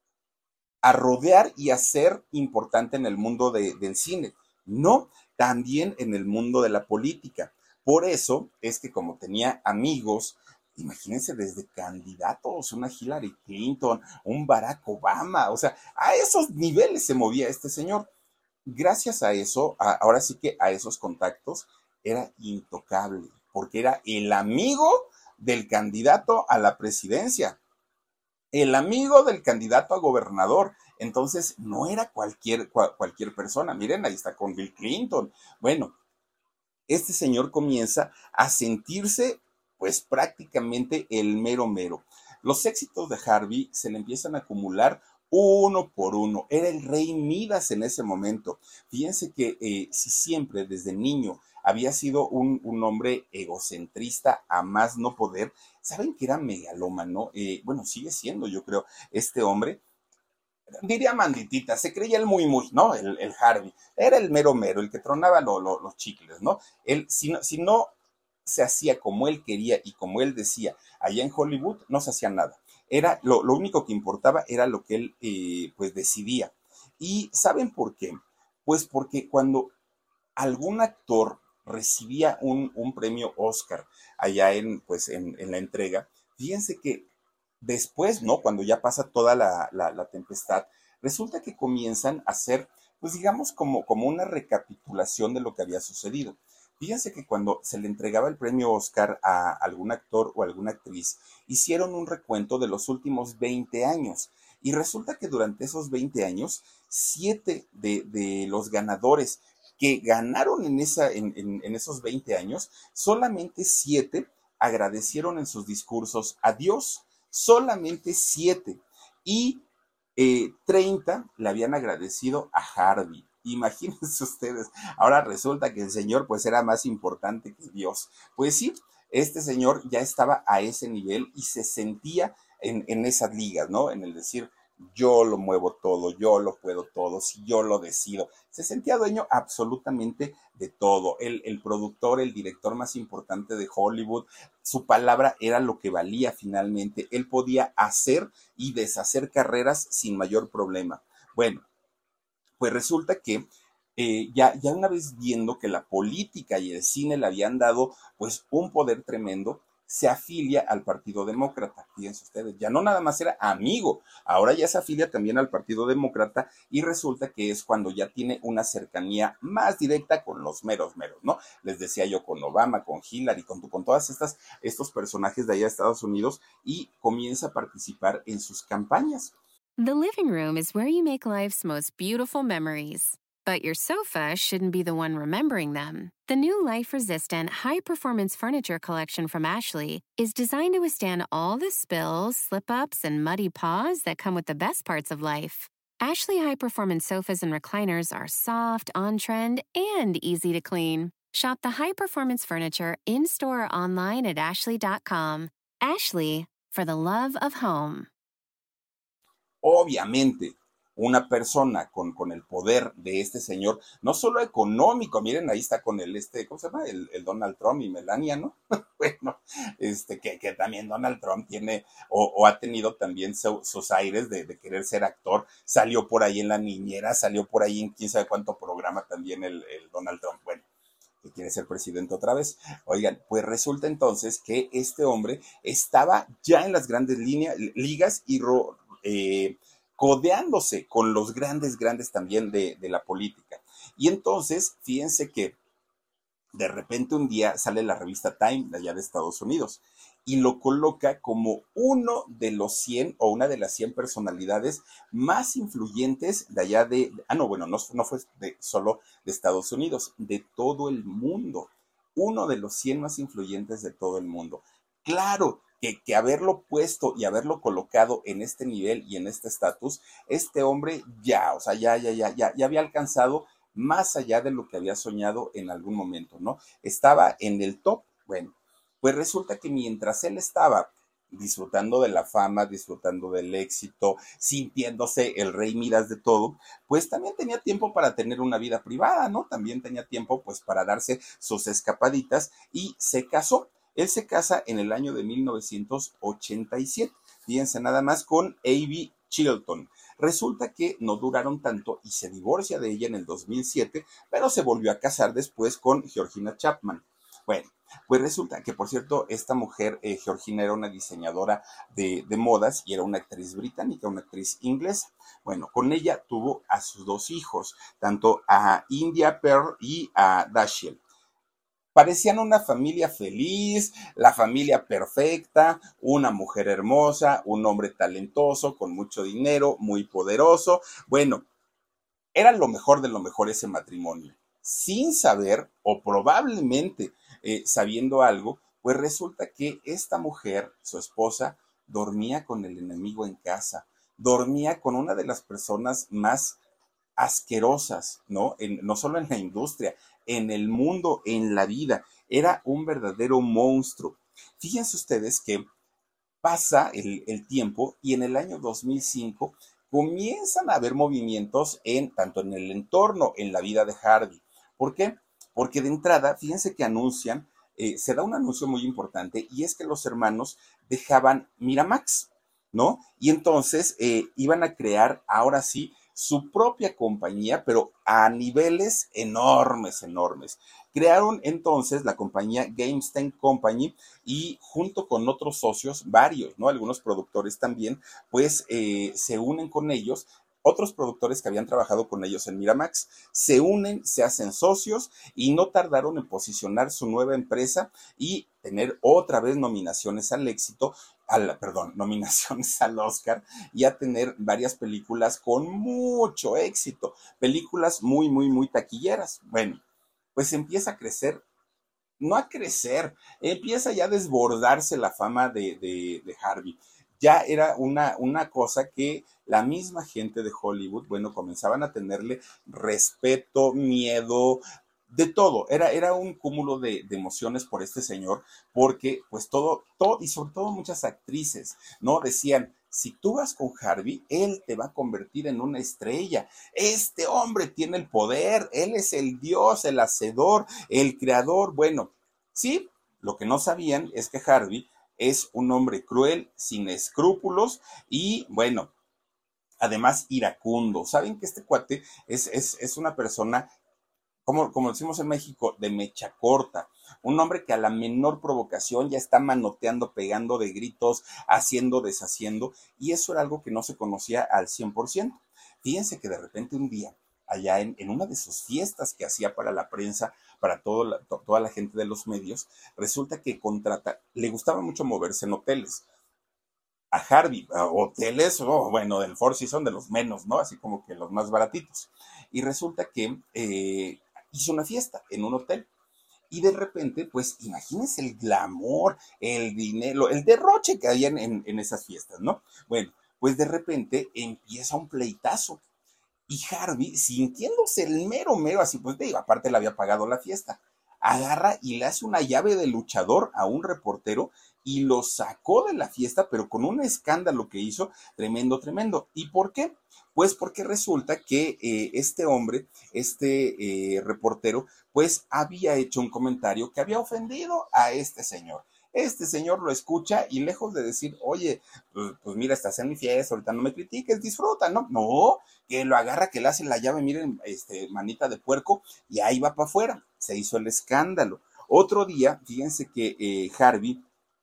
a rodear y a ser importante en el mundo de, del cine, no, también en el mundo de la política. Por eso es que como tenía amigos, imagínense desde candidatos, una Hillary Clinton, un Barack Obama, o sea, a esos niveles se movía este señor. Gracias a eso, a, ahora sí que a esos contactos, era intocable, porque era el amigo del candidato a la presidencia, el amigo del candidato a gobernador, Entonces, no era cualquier, cual, cualquier persona. Miren, ahí está con Bill Clinton. Bueno, este señor comienza a sentirse pues prácticamente el mero mero. Los éxitos de Harvey se le empiezan a acumular uno por uno. Era el rey Midas en ese momento. Fíjense que eh, si siempre desde niño había sido un, un hombre egocentrista a más no poder, ¿saben que era megalómano? Eh, bueno, sigue siendo, yo creo, este hombre. Diría manditita, se creía el muy muy, ¿no? El, el Harvey. Era el mero mero, el que tronaba lo, lo, los chicles, ¿no? Él, si no, si no se hacía como él quería y como él decía allá en Hollywood, no se hacía nada. Era lo, lo único que importaba era lo que él eh, pues decidía. ¿Y saben por qué? Pues porque cuando algún actor recibía un, un premio Oscar allá en, pues, en, en la entrega, fíjense que después, ¿no? Cuando ya pasa toda la, la, la tempestad, resulta que comienzan a hacer, pues digamos, como, como una recapitulación de lo que había sucedido. Fíjense que cuando se le entregaba el premio Oscar a algún actor o alguna actriz, hicieron un recuento de los últimos veinte años. Y resulta que durante esos veinte años, siete de, de los ganadores que ganaron en, esa, en, en, en esos veinte años, solamente siete agradecieron en sus discursos a Dios, solamente siete. Y eh, treinta le habían agradecido a Harvey. Imagínense ustedes, ahora resulta que el señor pues era más importante que Dios. Pues sí, este señor ya estaba a ese nivel y se sentía en, en esas ligas, ¿no? En el decir, yo lo muevo todo, yo lo puedo todo, si yo lo decido. Se sentía dueño absolutamente de todo. El, el productor, el director más importante de Hollywood, su palabra era lo que valía finalmente. Él podía hacer y deshacer carreras sin mayor problema. Bueno, pues resulta que eh, ya, ya una vez viendo que la política y el cine le habían dado pues un poder tremendo, se afilia al Partido Demócrata. Fíjense ustedes, ya no nada más era amigo, ahora ya se afilia también al Partido Demócrata y resulta que es cuando ya tiene una cercanía más directa con los meros meros, ¿no? Les decía yo, con Obama, con Hillary, con, con todas estas, estos personajes de allá de Estados Unidos y comienza a participar en sus campañas. The living room is where you make life's most beautiful memories. But your sofa shouldn't be the one remembering them. The new life-resistant, high-performance furniture collection from Ashley is designed to withstand all the spills, slip-ups, and muddy paws that come with the best parts of life. Ashley high-performance sofas and recliners are soft, on-trend, and easy to clean. Shop the high-performance furniture in-store or online at ashley dot com. Ashley, for the love of home. Obviamente, una persona con, con el poder de este señor, no solo económico, miren, ahí está con el, este, ¿cómo se llama? El, el Donald Trump y Melania, ¿no? Bueno, este, que, que también Donald Trump tiene, o, o ha tenido también su, sus aires de, de querer ser actor, salió por ahí en La Niñera, salió por ahí en quién sabe cuánto programa también el, el Donald Trump, bueno, que quiere ser presidente otra vez. Oigan, pues resulta entonces que este hombre estaba ya en las grandes líneas, ligas y ro, eh, codeándose con los grandes, grandes también de, de la política. Y entonces, fíjense que de repente un día sale la revista Time de allá de Estados Unidos y lo coloca como uno de los cien o una de las cien personalidades más influyentes de allá de, ah no, bueno, no, no fue de, solo de Estados Unidos, de todo el mundo, uno de los cien más influyentes de todo el mundo. Claro, que, que haberlo puesto y haberlo colocado en este nivel y en este estatus, este hombre ya, o sea, ya, ya, ya, ya, ya había alcanzado más allá de lo que había soñado en algún momento, ¿no? Estaba en el top. Bueno, pues resulta que mientras él estaba disfrutando de la fama, disfrutando del éxito, sintiéndose el rey Midas de todo, pues también tenía tiempo para tener una vida privada, ¿no? También tenía tiempo pues para darse sus escapaditas y se casó. Él se casa en el año de mil novecientos ochenta y siete, fíjense nada más, con Abby Chilton. Resulta que no duraron tanto y se divorcia de ella en el dos mil siete, pero se volvió a casar después con Georgina Chapman. Bueno, pues resulta que, por cierto, esta mujer, eh, Georgina, era una diseñadora de, de modas y era una actriz británica, una actriz inglesa. Bueno, con ella tuvo a sus dos hijos, tanto a India Pearl y a Dashiell. Parecían una familia feliz, la familia perfecta, una mujer hermosa, un hombre talentoso, con mucho dinero, muy poderoso. Bueno, era lo mejor de lo mejor ese matrimonio. Sin saber, o probablemente eh, sabiendo algo, pues resulta que esta mujer, su esposa, dormía con el enemigo en casa, dormía con una de las personas más asquerosas, ¿no? En, no solo en la industria, en el mundo, en la vida. Era un verdadero monstruo. Fíjense ustedes que pasa el, el tiempo y en el año dos mil cinco comienzan a haber movimientos en tanto en el entorno, en la vida de Harvey. ¿Por qué? Porque de entrada, fíjense que anuncian, eh, se da un anuncio muy importante y es que los hermanos dejaban Miramax, ¿no? Y entonces eh, iban a crear ahora sí su propia compañía, pero a niveles enormes, enormes. Crearon entonces la compañía GameStone Company y junto con otros socios, varios, ¿no? Algunos productores también, pues eh, se unen con ellos. Otros productores que habían trabajado con ellos en Miramax se unen, se hacen socios y no tardaron en posicionar su nueva empresa y tener otra vez nominaciones al éxito, al, perdón, nominaciones al Oscar y a tener varias películas con mucho éxito, películas muy, muy, muy taquilleras. Bueno, pues empieza a crecer, no a crecer, empieza ya a desbordarse la fama de, de, de Harvey. Ya era una, una cosa que la misma gente de Hollywood, bueno, comenzaban a tenerle respeto, miedo, de todo. Era, era un cúmulo de, de emociones por este señor, porque pues todo, todo, y sobre todo muchas actrices, ¿no? Decían, si tú vas con Harvey, él te va a convertir en una estrella. Este hombre tiene el poder, él es el dios, el hacedor, el creador. Bueno, sí, lo que no sabían es que Harvey es un hombre cruel, sin escrúpulos y, bueno, además iracundo. Saben que este cuate es, es, es una persona, como, como decimos en México, de mecha corta. Un hombre que a la menor provocación ya está manoteando, pegando de gritos, haciendo, deshaciendo, y eso era algo que no se conocía al cien por ciento. Fíjense que de repente un día, allá en, en una de sus fiestas que hacía para la prensa, para todo la, to, toda la gente de los medios, resulta que contrata, le gustaba mucho moverse en hoteles. A Harvey, a hoteles, oh, bueno, del Four Seasons, de los menos, ¿no? Así como que los más baratitos. Y resulta que eh, hizo una fiesta en un hotel. Y de repente, pues imagínense el glamour, el dinero, el derroche que hay en, en, en esas fiestas, ¿no? Bueno, pues de repente empieza un pleitazo. Y Harvey, sintiéndose el mero mero, así pues, digo, aparte le había pagado la fiesta, agarra y le hace una llave de luchador a un reportero y lo sacó de la fiesta, pero con un escándalo que hizo tremendo, tremendo. ¿Y por qué? Pues porque resulta que eh, este hombre, este eh, reportero, pues había hecho un comentario que había ofendido a este señor. Este señor lo escucha y lejos de decir, oye, pues, pues mira, estás en mi fiesta, ahorita no me critiques, disfruta, ¿no? No, que lo agarra, que le hace la llave, miren, este, manita de puerco, y ahí va para afuera. Se hizo el escándalo. Otro día, fíjense que eh, Harvey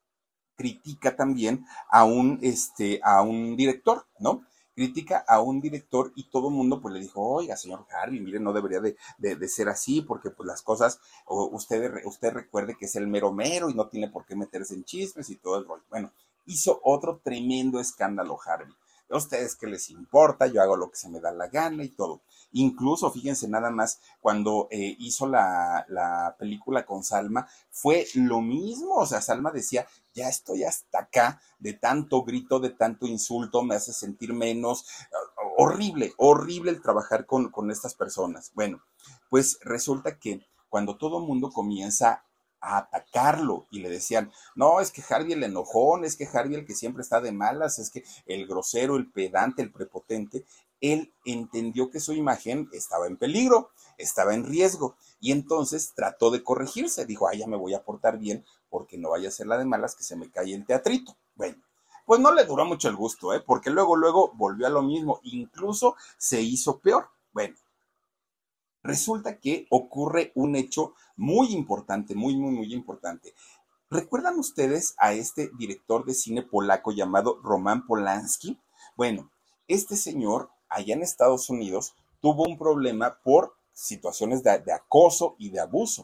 critica también a un, este, a un director, ¿no? Critica a un director y todo el mundo pues le dijo, oiga, señor Harvey, mire, no debería de, de, de ser así porque pues las cosas, o usted, usted recuerde que es el mero mero y no tiene por qué meterse en chismes y todo el rollo. Bueno, hizo otro tremendo escándalo Harvey. A ustedes qué les importa, yo hago lo que se me da la gana y todo. Incluso, fíjense nada más, cuando eh, hizo la, la película con Salma, fue lo mismo. O sea, Salma decía, ya estoy hasta acá de tanto grito, de tanto insulto, me hace sentir menos. Horrible, horrible el trabajar con, con estas personas. Bueno, pues resulta que cuando todo el mundo comienza a atacarlo y le decían, no, es que Harvey el enojón, es que Harvey el que siempre está de malas, es que el grosero, el pedante, el prepotente, él entendió que su imagen estaba en peligro, estaba en riesgo y entonces trató de corregirse, dijo, ay, ya me voy a portar bien porque no vaya a ser la de malas que se me cae el teatrito. Bueno, pues no le duró mucho el gusto, ¿eh? Porque luego, luego volvió a lo mismo, incluso se hizo peor. Bueno, resulta que ocurre un hecho muy importante, muy, muy, muy importante. ¿Recuerdan ustedes a este director de cine polaco llamado Roman Polanski? Bueno, este señor allá en Estados Unidos tuvo un problema por situaciones de, de acoso y de abuso.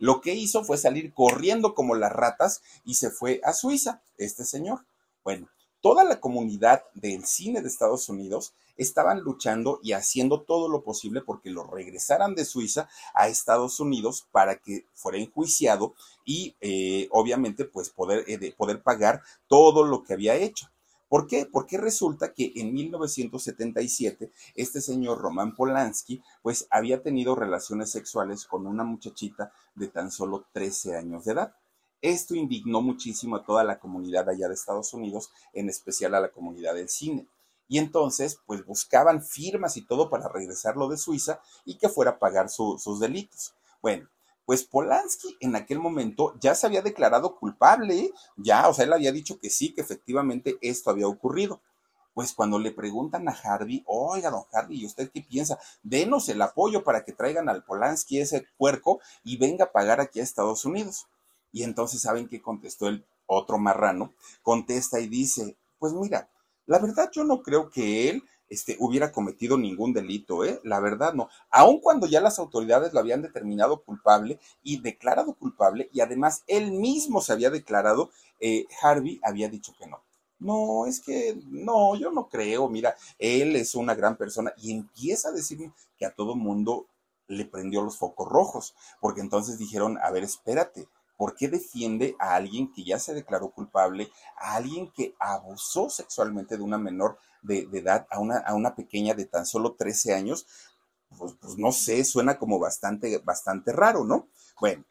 Lo que hizo fue salir corriendo como las ratas y se fue a Suiza, este señor. Bueno, toda la comunidad del cine de Estados Unidos estaban luchando y haciendo todo lo posible porque lo regresaran de Suiza a Estados Unidos para que fuera enjuiciado y eh, obviamente pues poder, eh, de poder pagar todo lo que había hecho. ¿Por qué? Porque resulta que en mil novecientos setenta y siete este señor Roman Polanski pues había tenido relaciones sexuales con una muchachita de tan solo trece años de edad. Esto indignó muchísimo a toda la comunidad allá de Estados Unidos, en especial a la comunidad del cine. Y entonces, pues buscaban firmas y todo para regresarlo de Suiza y que fuera a pagar su, sus delitos. Bueno, pues Polanski en aquel momento ya se había declarado culpable, ¿eh? Ya, o sea, él había dicho que sí, que efectivamente esto había ocurrido. Pues cuando le preguntan a Harvey, oiga, don Harvey, ¿y usted qué piensa? Denos el apoyo para que traigan al Polanski ese puerco y venga a pagar aquí a Estados Unidos. Y entonces, ¿saben qué contestó el otro marrano? Contesta y dice, pues mira, la verdad yo no creo que él este, hubiera cometido ningún delito, ¿eh? La verdad no. Aun cuando ya las autoridades lo habían determinado culpable y declarado culpable, y además él mismo se había declarado, eh, Harvey había dicho que no. No, es que no, yo no creo, mira, él es una gran persona y empieza a decir que a todo mundo le prendió los focos rojos, porque entonces dijeron, a ver, espérate, ¿por qué defiende a alguien que ya se declaró culpable, a alguien que abusó sexualmente de una menor de, de edad, a una, a una pequeña de tan solo trece años? Pues, pues no sé, suena como bastante, bastante raro, ¿no? Bueno,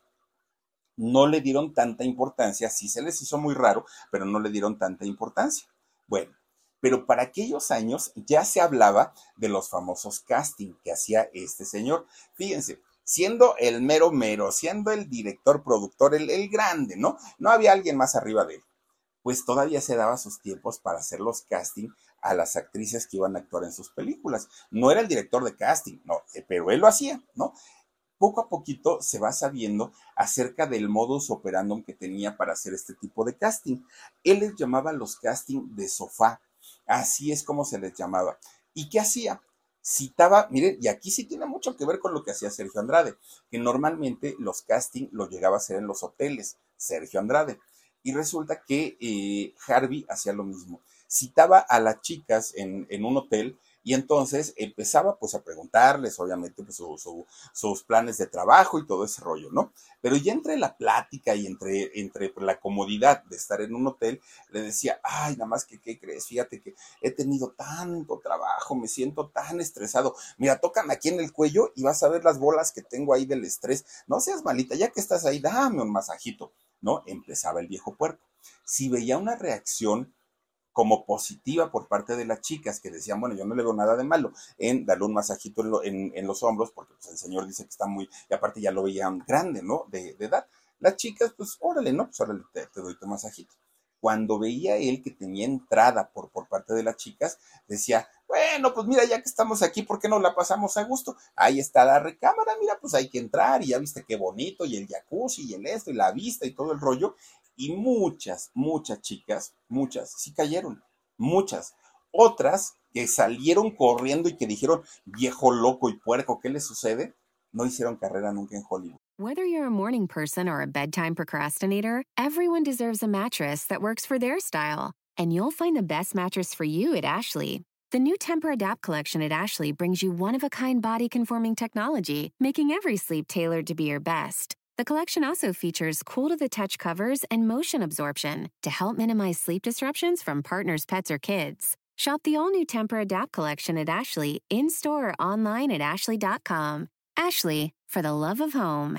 no le dieron tanta importancia, sí se les hizo muy raro, pero no le dieron tanta importancia. Bueno, pero para aquellos años ya se hablaba de los famosos casting que hacía este señor. Fíjense, siendo el mero mero, siendo el director, productor, el, el grande, ¿no? No había alguien más arriba de él. Pues todavía se daba sus tiempos para hacer los casting a las actrices que iban a actuar en sus películas. No era el director de casting, no, pero él lo hacía, ¿no? Poco a poquito se va sabiendo acerca del modus operandum que tenía para hacer este tipo de casting. Él les llamaba los casting de sofá, así es como se les llamaba. ¿Y qué hacía? Citaba, miren, y aquí sí tiene mucho que ver con lo que hacía Sergio Andrade, que normalmente los casting los llegaba a hacer en los hoteles, Sergio Andrade. Y resulta que eh, Harvey hacía lo mismo. Citaba a las chicas en, en un hotel y entonces empezaba pues a preguntarles, obviamente, pues, su, su, sus planes de trabajo y todo ese rollo, ¿no? Pero ya entre la plática y entre, entre la comodidad de estar en un hotel, le decía, ay, nada más que, ¿qué crees? Fíjate que he tenido tanto trabajo, me siento tan estresado. Mira, tócame aquí en el cuello y vas a ver las bolas que tengo ahí del estrés. No seas malita, ya que estás ahí, dame un masajito, ¿no? Empezaba el viejo puerco. Si veía una reacción como positiva por parte de las chicas que decían, bueno, yo no le veo nada de malo en darle un masajito en, lo, en, en los hombros, porque pues, el señor dice que está muy, y aparte ya lo veían grande, ¿no? De, de edad. Las chicas, pues, órale, ¿no? Pues órale, te, te doy tu masajito. Cuando veía él que tenía entrada por, por parte de las chicas, decía, bueno, pues mira, ya que estamos aquí, ¿por qué no la pasamos a gusto? Ahí está la recámara, mira, pues hay que entrar, y ya viste qué bonito, y el jacuzzi, y el esto, y la vista, y todo el rollo. Y muchas, muchas chicas, muchas, sí cayeron, muchas. Otras que salieron corriendo y que dijeron, viejo loco y puerco, ¿qué le sucede? No hicieron carrera nunca en Hollywood. Whether you're a morning person or a bedtime procrastinator, everyone deserves a mattress that works for their style. And you'll find the best mattress for you at Ashley. The new Temper-Adapt collection at Ashley brings you one-of-a-kind body-conforming technology, making every sleep tailored to be your best. The collection also features cool-to-the-touch covers and motion absorption to help minimize sleep disruptions from partners, pets, or kids. Shop the all-new Temper-Adapt collection at Ashley, in-store or online at ashley dot com. Ashley, for the love of home.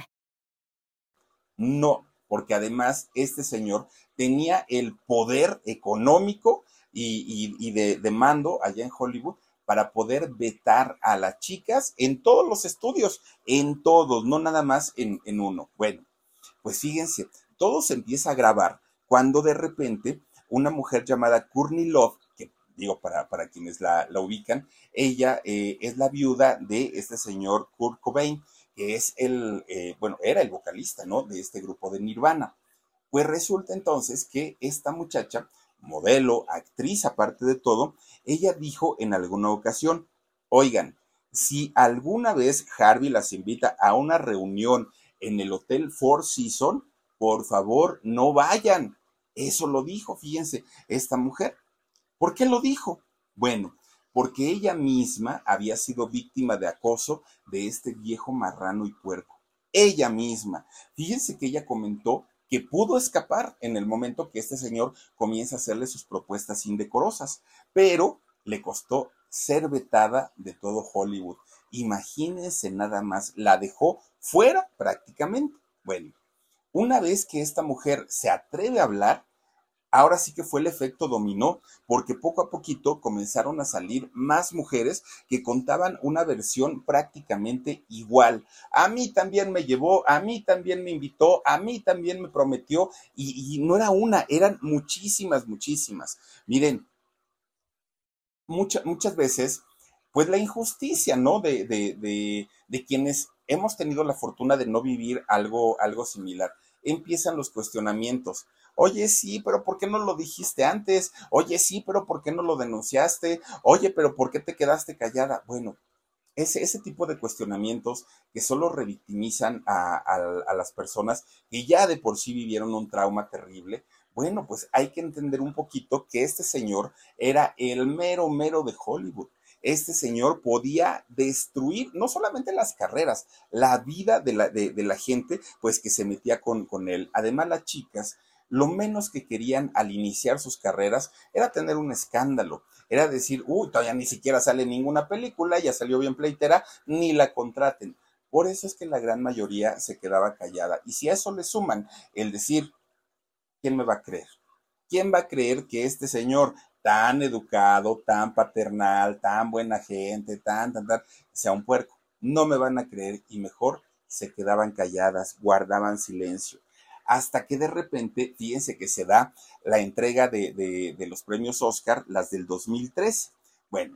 No, porque además este señor tenía el poder económico y, y, y de, de mando allá en Hollywood para poder vetar a las chicas en todos los estudios, en todos, no nada más en, en uno. Bueno, pues fíjense, todo se empieza a grabar cuando de repente una mujer llamada Courtney Love, que digo para, para quienes la, la ubican, ella eh, es la viuda de este señor Kurt Cobain, que es el, eh, bueno, era el vocalista, ¿no? De este grupo de Nirvana. Pues resulta entonces que esta muchacha, modelo, actriz, aparte de todo, ella dijo en alguna ocasión, oigan, si alguna vez Harvey las invita a una reunión en el Hotel Four Seasons, por favor, no vayan. Eso lo dijo, fíjense, esta mujer. ¿Por qué lo dijo? Bueno, porque ella misma había sido víctima de acoso de este viejo marrano y puerco. Ella misma. Fíjense que ella comentó que pudo escapar en el momento que este señor comienza a hacerle sus propuestas indecorosas, pero le costó ser vetada de todo Hollywood. Imagínense nada más, la dejó fuera prácticamente. Bueno, una vez que esta mujer se atreve a hablar, ahora sí que fue el efecto dominó, porque poco a poquito comenzaron a salir más mujeres que contaban una versión prácticamente igual. A mí también me llevó, a mí también me invitó, a mí también me prometió, y, y no era una, eran muchísimas, muchísimas. Miren, mucha, muchas veces, pues la injusticia, ¿no? De, de, de, de quienes hemos tenido la fortuna de no vivir algo, algo similar. Empiezan los cuestionamientos. Oye, sí, pero ¿por qué no lo dijiste antes? Oye, sí, pero ¿por qué no lo denunciaste? Oye, pero ¿por qué te quedaste callada? Bueno, ese, ese tipo de cuestionamientos que solo revictimizan a, a, a las personas que ya de por sí vivieron un trauma terrible. Bueno, pues hay que entender un poquito que este señor era el mero, mero de Hollywood. Este señor podía destruir no solamente las carreras, la vida de la, de, de la gente, pues que se metía con, con él. Además, las chicas, lo menos que querían al iniciar sus carreras era tener un escándalo. Era decir, uy, todavía ni siquiera sale ninguna película, ya salió bien pleitera, ni la contraten. Por eso es que la gran mayoría se quedaba callada. Y si a eso le suman el decir, ¿quién me va a creer? ¿Quién va a creer que este señor tan educado, tan paternal, tan buena gente, tan, tan, tan, sea un puerco? No me van a creer y mejor se quedaban calladas, guardaban silencio. Hasta que de repente, fíjense que se da la entrega de, de, de los premios Oscar, las del dos mil trece. Bueno,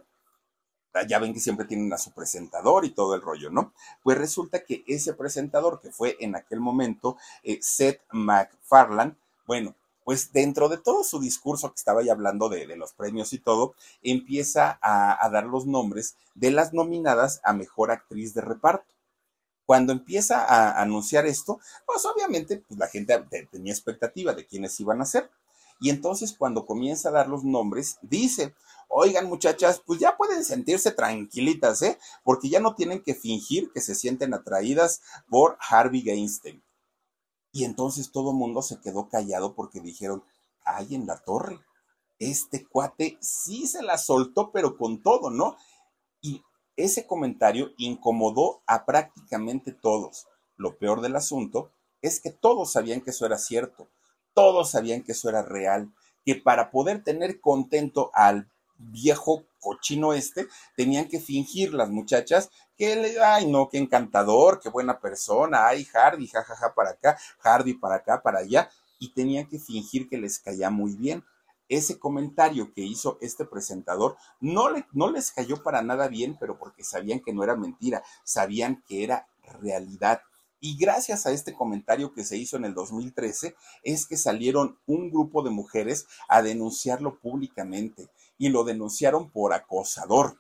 ya ven que siempre tienen a su presentador y todo el rollo, ¿no? Pues resulta que ese presentador que fue en aquel momento eh, Seth MacFarlane, bueno, pues dentro de todo su discurso que estaba ya hablando de, de los premios y todo, empieza a, a dar los nombres de las nominadas a Mejor Actriz de Reparto. Cuando empieza a anunciar esto, pues obviamente pues la gente tenía expectativa de quiénes iban a ser. Y entonces cuando comienza a dar los nombres, dice, oigan muchachas, pues ya pueden sentirse tranquilitas, ¿eh? Porque ya no tienen que fingir que se sienten atraídas por Harvey Weinstein. Y entonces todo el mundo se quedó callado porque dijeron, ay, en la torre, este cuate sí se la soltó, pero con todo, ¿no? Y ese comentario incomodó a prácticamente todos. Lo peor del asunto es que todos sabían que eso era cierto, todos sabían que eso era real, que para poder tener contento al viejo cochino este, tenían que fingir las muchachas que, le, ay no, qué encantador, qué buena persona, ay Harvey, jajaja para acá, Harvey para acá, para allá, y tenían que fingir que les caía muy bien. Ese comentario que hizo este presentador no, le, no les cayó para nada bien, pero porque sabían que no era mentira, sabían que era realidad. Y gracias a este comentario que se hizo en el dos mil trece, es que salieron un grupo de mujeres a denunciarlo públicamente y lo denunciaron por acosador.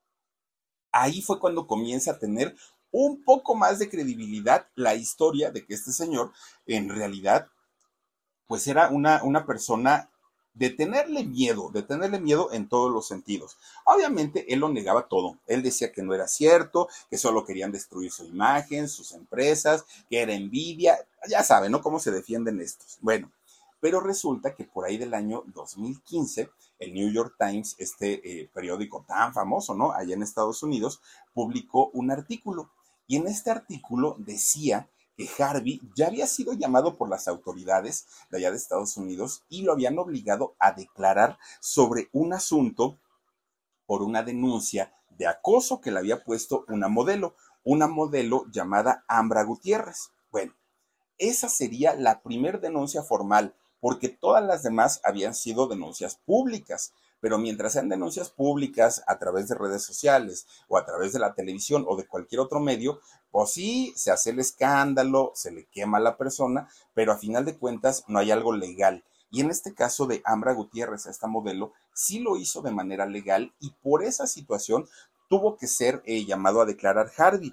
Ahí fue cuando comienza a tener un poco más de credibilidad la historia de que este señor en realidad pues era una, una persona de tenerle miedo, de tenerle miedo en todos los sentidos. Obviamente él lo negaba todo, él decía que no era cierto, que solo querían destruir su imagen, sus empresas, que era envidia, ya saben, ¿no? Cómo se defienden estos. Bueno, pero resulta que por ahí del año dos mil quince, el New York Times, este eh, periódico tan famoso, ¿no? Allá en Estados Unidos, publicó un artículo, y en este artículo decía que Harvey ya había sido llamado por las autoridades de allá de Estados Unidos y lo habían obligado a declarar sobre un asunto por una denuncia de acoso que le había puesto una modelo, una modelo llamada Ambra Gutiérrez. Bueno, esa sería la primer denuncia formal, porque todas las demás habían sido denuncias públicas. Pero mientras sean denuncias públicas a través de redes sociales o a través de la televisión o de cualquier otro medio, pues sí, se hace el escándalo, se le quema a la persona, pero a final de cuentas no hay algo legal. Y en este caso de Ambra Gutiérrez, esta modelo, sí lo hizo de manera legal y por esa situación tuvo que ser eh, llamado a declarar Harvey.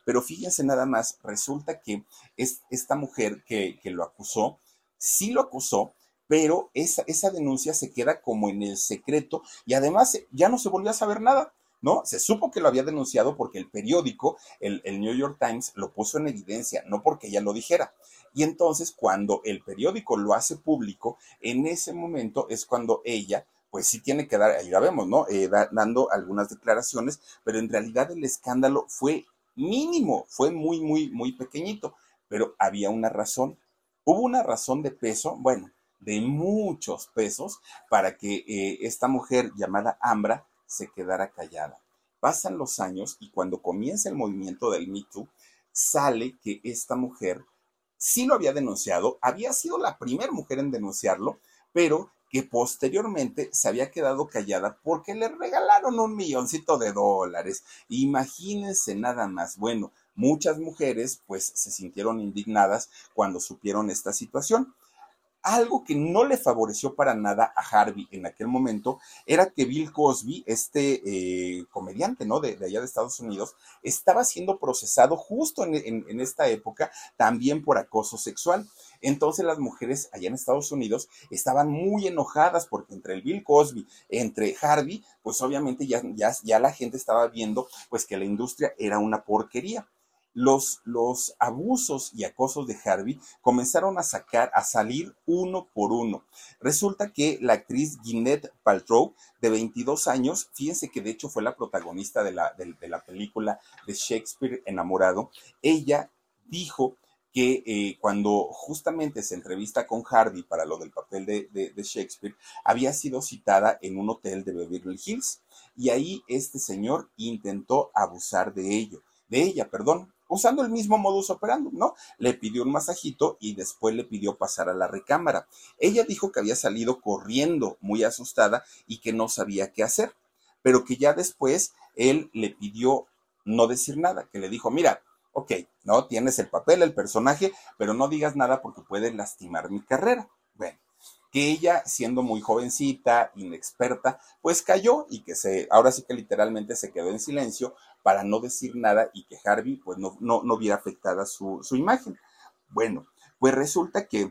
Pero fíjense nada más, resulta que es esta mujer que, que lo acusó, sí lo acusó, pero esa, esa denuncia se queda como en el secreto y además ya no se volvió a saber nada. ¿No? Se supo que lo había denunciado porque el periódico, el, el New York Times, lo puso en evidencia, no porque ella lo dijera. Y entonces, cuando el periódico lo hace público, en ese momento es cuando ella, pues sí tiene que dar, ahí la vemos, ¿no? Eh, da, dando algunas declaraciones, pero en realidad el escándalo fue mínimo, fue muy, muy, muy pequeñito, pero había una razón. Hubo una razón de peso, bueno, de muchos pesos, para que eh, esta mujer llamada Ambra se quedara callada. Pasan los años y cuando comienza el movimiento del Me Too, sale que esta mujer sí lo había denunciado, había sido la primera mujer en denunciarlo, pero que posteriormente se había quedado callada porque le regalaron un milloncito de dólares. Imagínense nada más. Bueno, muchas mujeres pues se sintieron indignadas cuando supieron esta situación. Algo que no le favoreció para nada a Harvey en aquel momento era que Bill Cosby, este eh, comediante, ¿no? De, de allá de Estados Unidos, estaba siendo procesado justo en, en, en esta época también por acoso sexual. Entonces las mujeres allá en Estados Unidos estaban muy enojadas porque entre el Bill Cosby, entre Harvey, pues obviamente ya, ya, ya la gente estaba viendo pues que la industria era una porquería. Los, los abusos y acosos de Harvey comenzaron a sacar, a salir uno por uno. Resulta que la actriz Gwyneth Paltrow, de veintidós años, fíjense que de hecho fue la protagonista de la, de, de la película de Shakespeare Enamorado, ella dijo que eh, cuando justamente se entrevista con Harvey para lo del papel de, de, de Shakespeare, había sido citada en un hotel de Beverly Hills y ahí este señor intentó abusar de ello, de ella, perdón, usando el mismo modus operandi, ¿no? Le pidió un masajito y después le pidió pasar a la recámara. Ella dijo que había salido corriendo muy asustada y que no sabía qué hacer, pero que ya después él le pidió no decir nada, que le dijo, mira, ok, no, tienes el papel, el personaje, pero no digas nada porque puede lastimar mi carrera. Bueno, que ella, siendo muy jovencita, inexperta, pues cayó y que se, ahora sí que literalmente se quedó en silencio para no decir nada y que Harvey pues no, no, no viera afectada su, su imagen. Bueno, pues resulta que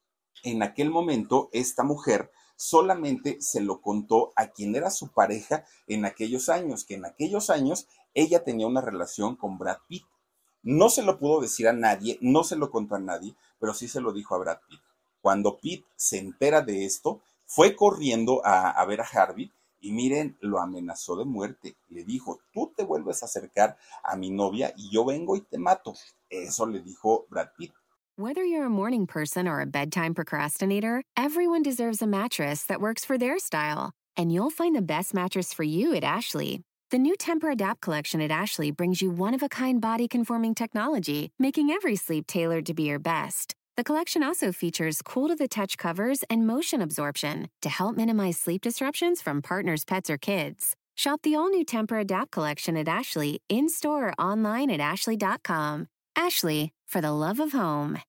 en aquel momento esta mujer solamente se lo contó a quien era su pareja en aquellos años, que en aquellos años ella tenía una relación con Brad Pitt. No se lo pudo decir a nadie, no se lo contó a nadie, pero sí se lo dijo a Brad Pitt. Cuando Pitt se entera de esto, fue corriendo a, a ver a Harvey y miren, lo amenazó de muerte. Le dijo, tú te vuelves a acercar a mi novia y yo vengo y te mato. Eso le dijo Brad Pitt. Whether you're a morning person or a bedtime procrastinator, everyone deserves a mattress that works for their style. And you'll find the best mattress for you at Ashley. The new Temper-Adapt collection at Ashley brings you one-of-a-kind body-conforming technology, making every sleep tailored to be your best. The collection also features cool-to-the-touch covers and motion absorption to help minimize sleep disruptions from partners, pets, or kids. Shop the all-new Temper-Adapt collection at Ashley, in-store or online at ashley dot com. Ashley, for the love of home.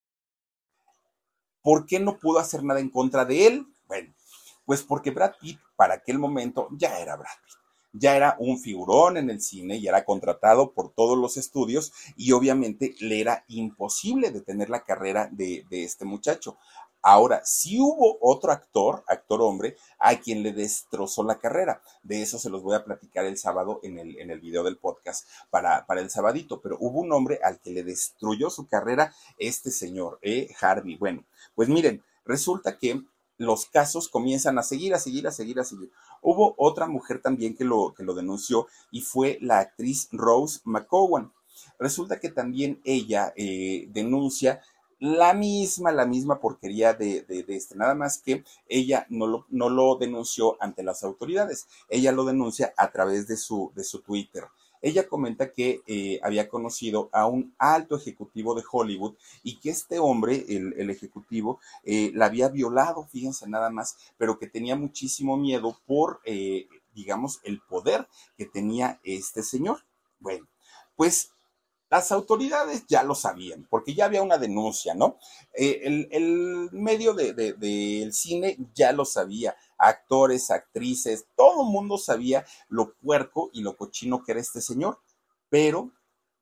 ¿Por qué no pudo hacer nada en contra de él? Bueno, pues porque Brad Pitt para aquel momento ya era Brad Pitt. Ya era un figurón en el cine y era contratado por todos los estudios y obviamente le era imposible detener la carrera de, de este muchacho. Ahora, sí hubo otro actor, actor hombre, a quien le destrozó la carrera. De eso se los voy a platicar el sábado en el, en el video del podcast para, para el sabadito. Pero hubo un hombre al que le destruyó su carrera este señor, eh, Harvey. Bueno, pues miren, resulta que los casos comienzan a seguir, a seguir, a seguir, a seguir. Hubo otra mujer también que lo, que lo denunció y fue la actriz Rose McGowan. Resulta que también ella eh, denuncia la misma, la misma porquería de, de, de este, nada más que ella no lo, no lo denunció ante las autoridades, ella lo denuncia a través de su, de su Twitter. Ella comenta que eh, había conocido a un alto ejecutivo de Hollywood y que este hombre, el, el ejecutivo, eh, la había violado, fíjense nada más, pero que tenía muchísimo miedo por, eh, digamos, el poder que tenía este señor. Bueno, pues las autoridades ya lo sabían, porque ya había una denuncia, ¿no? Eh, el, el medio del de, de, de cine ya lo sabía, actores, actrices, todo el mundo sabía lo puerco y lo cochino que era este señor, pero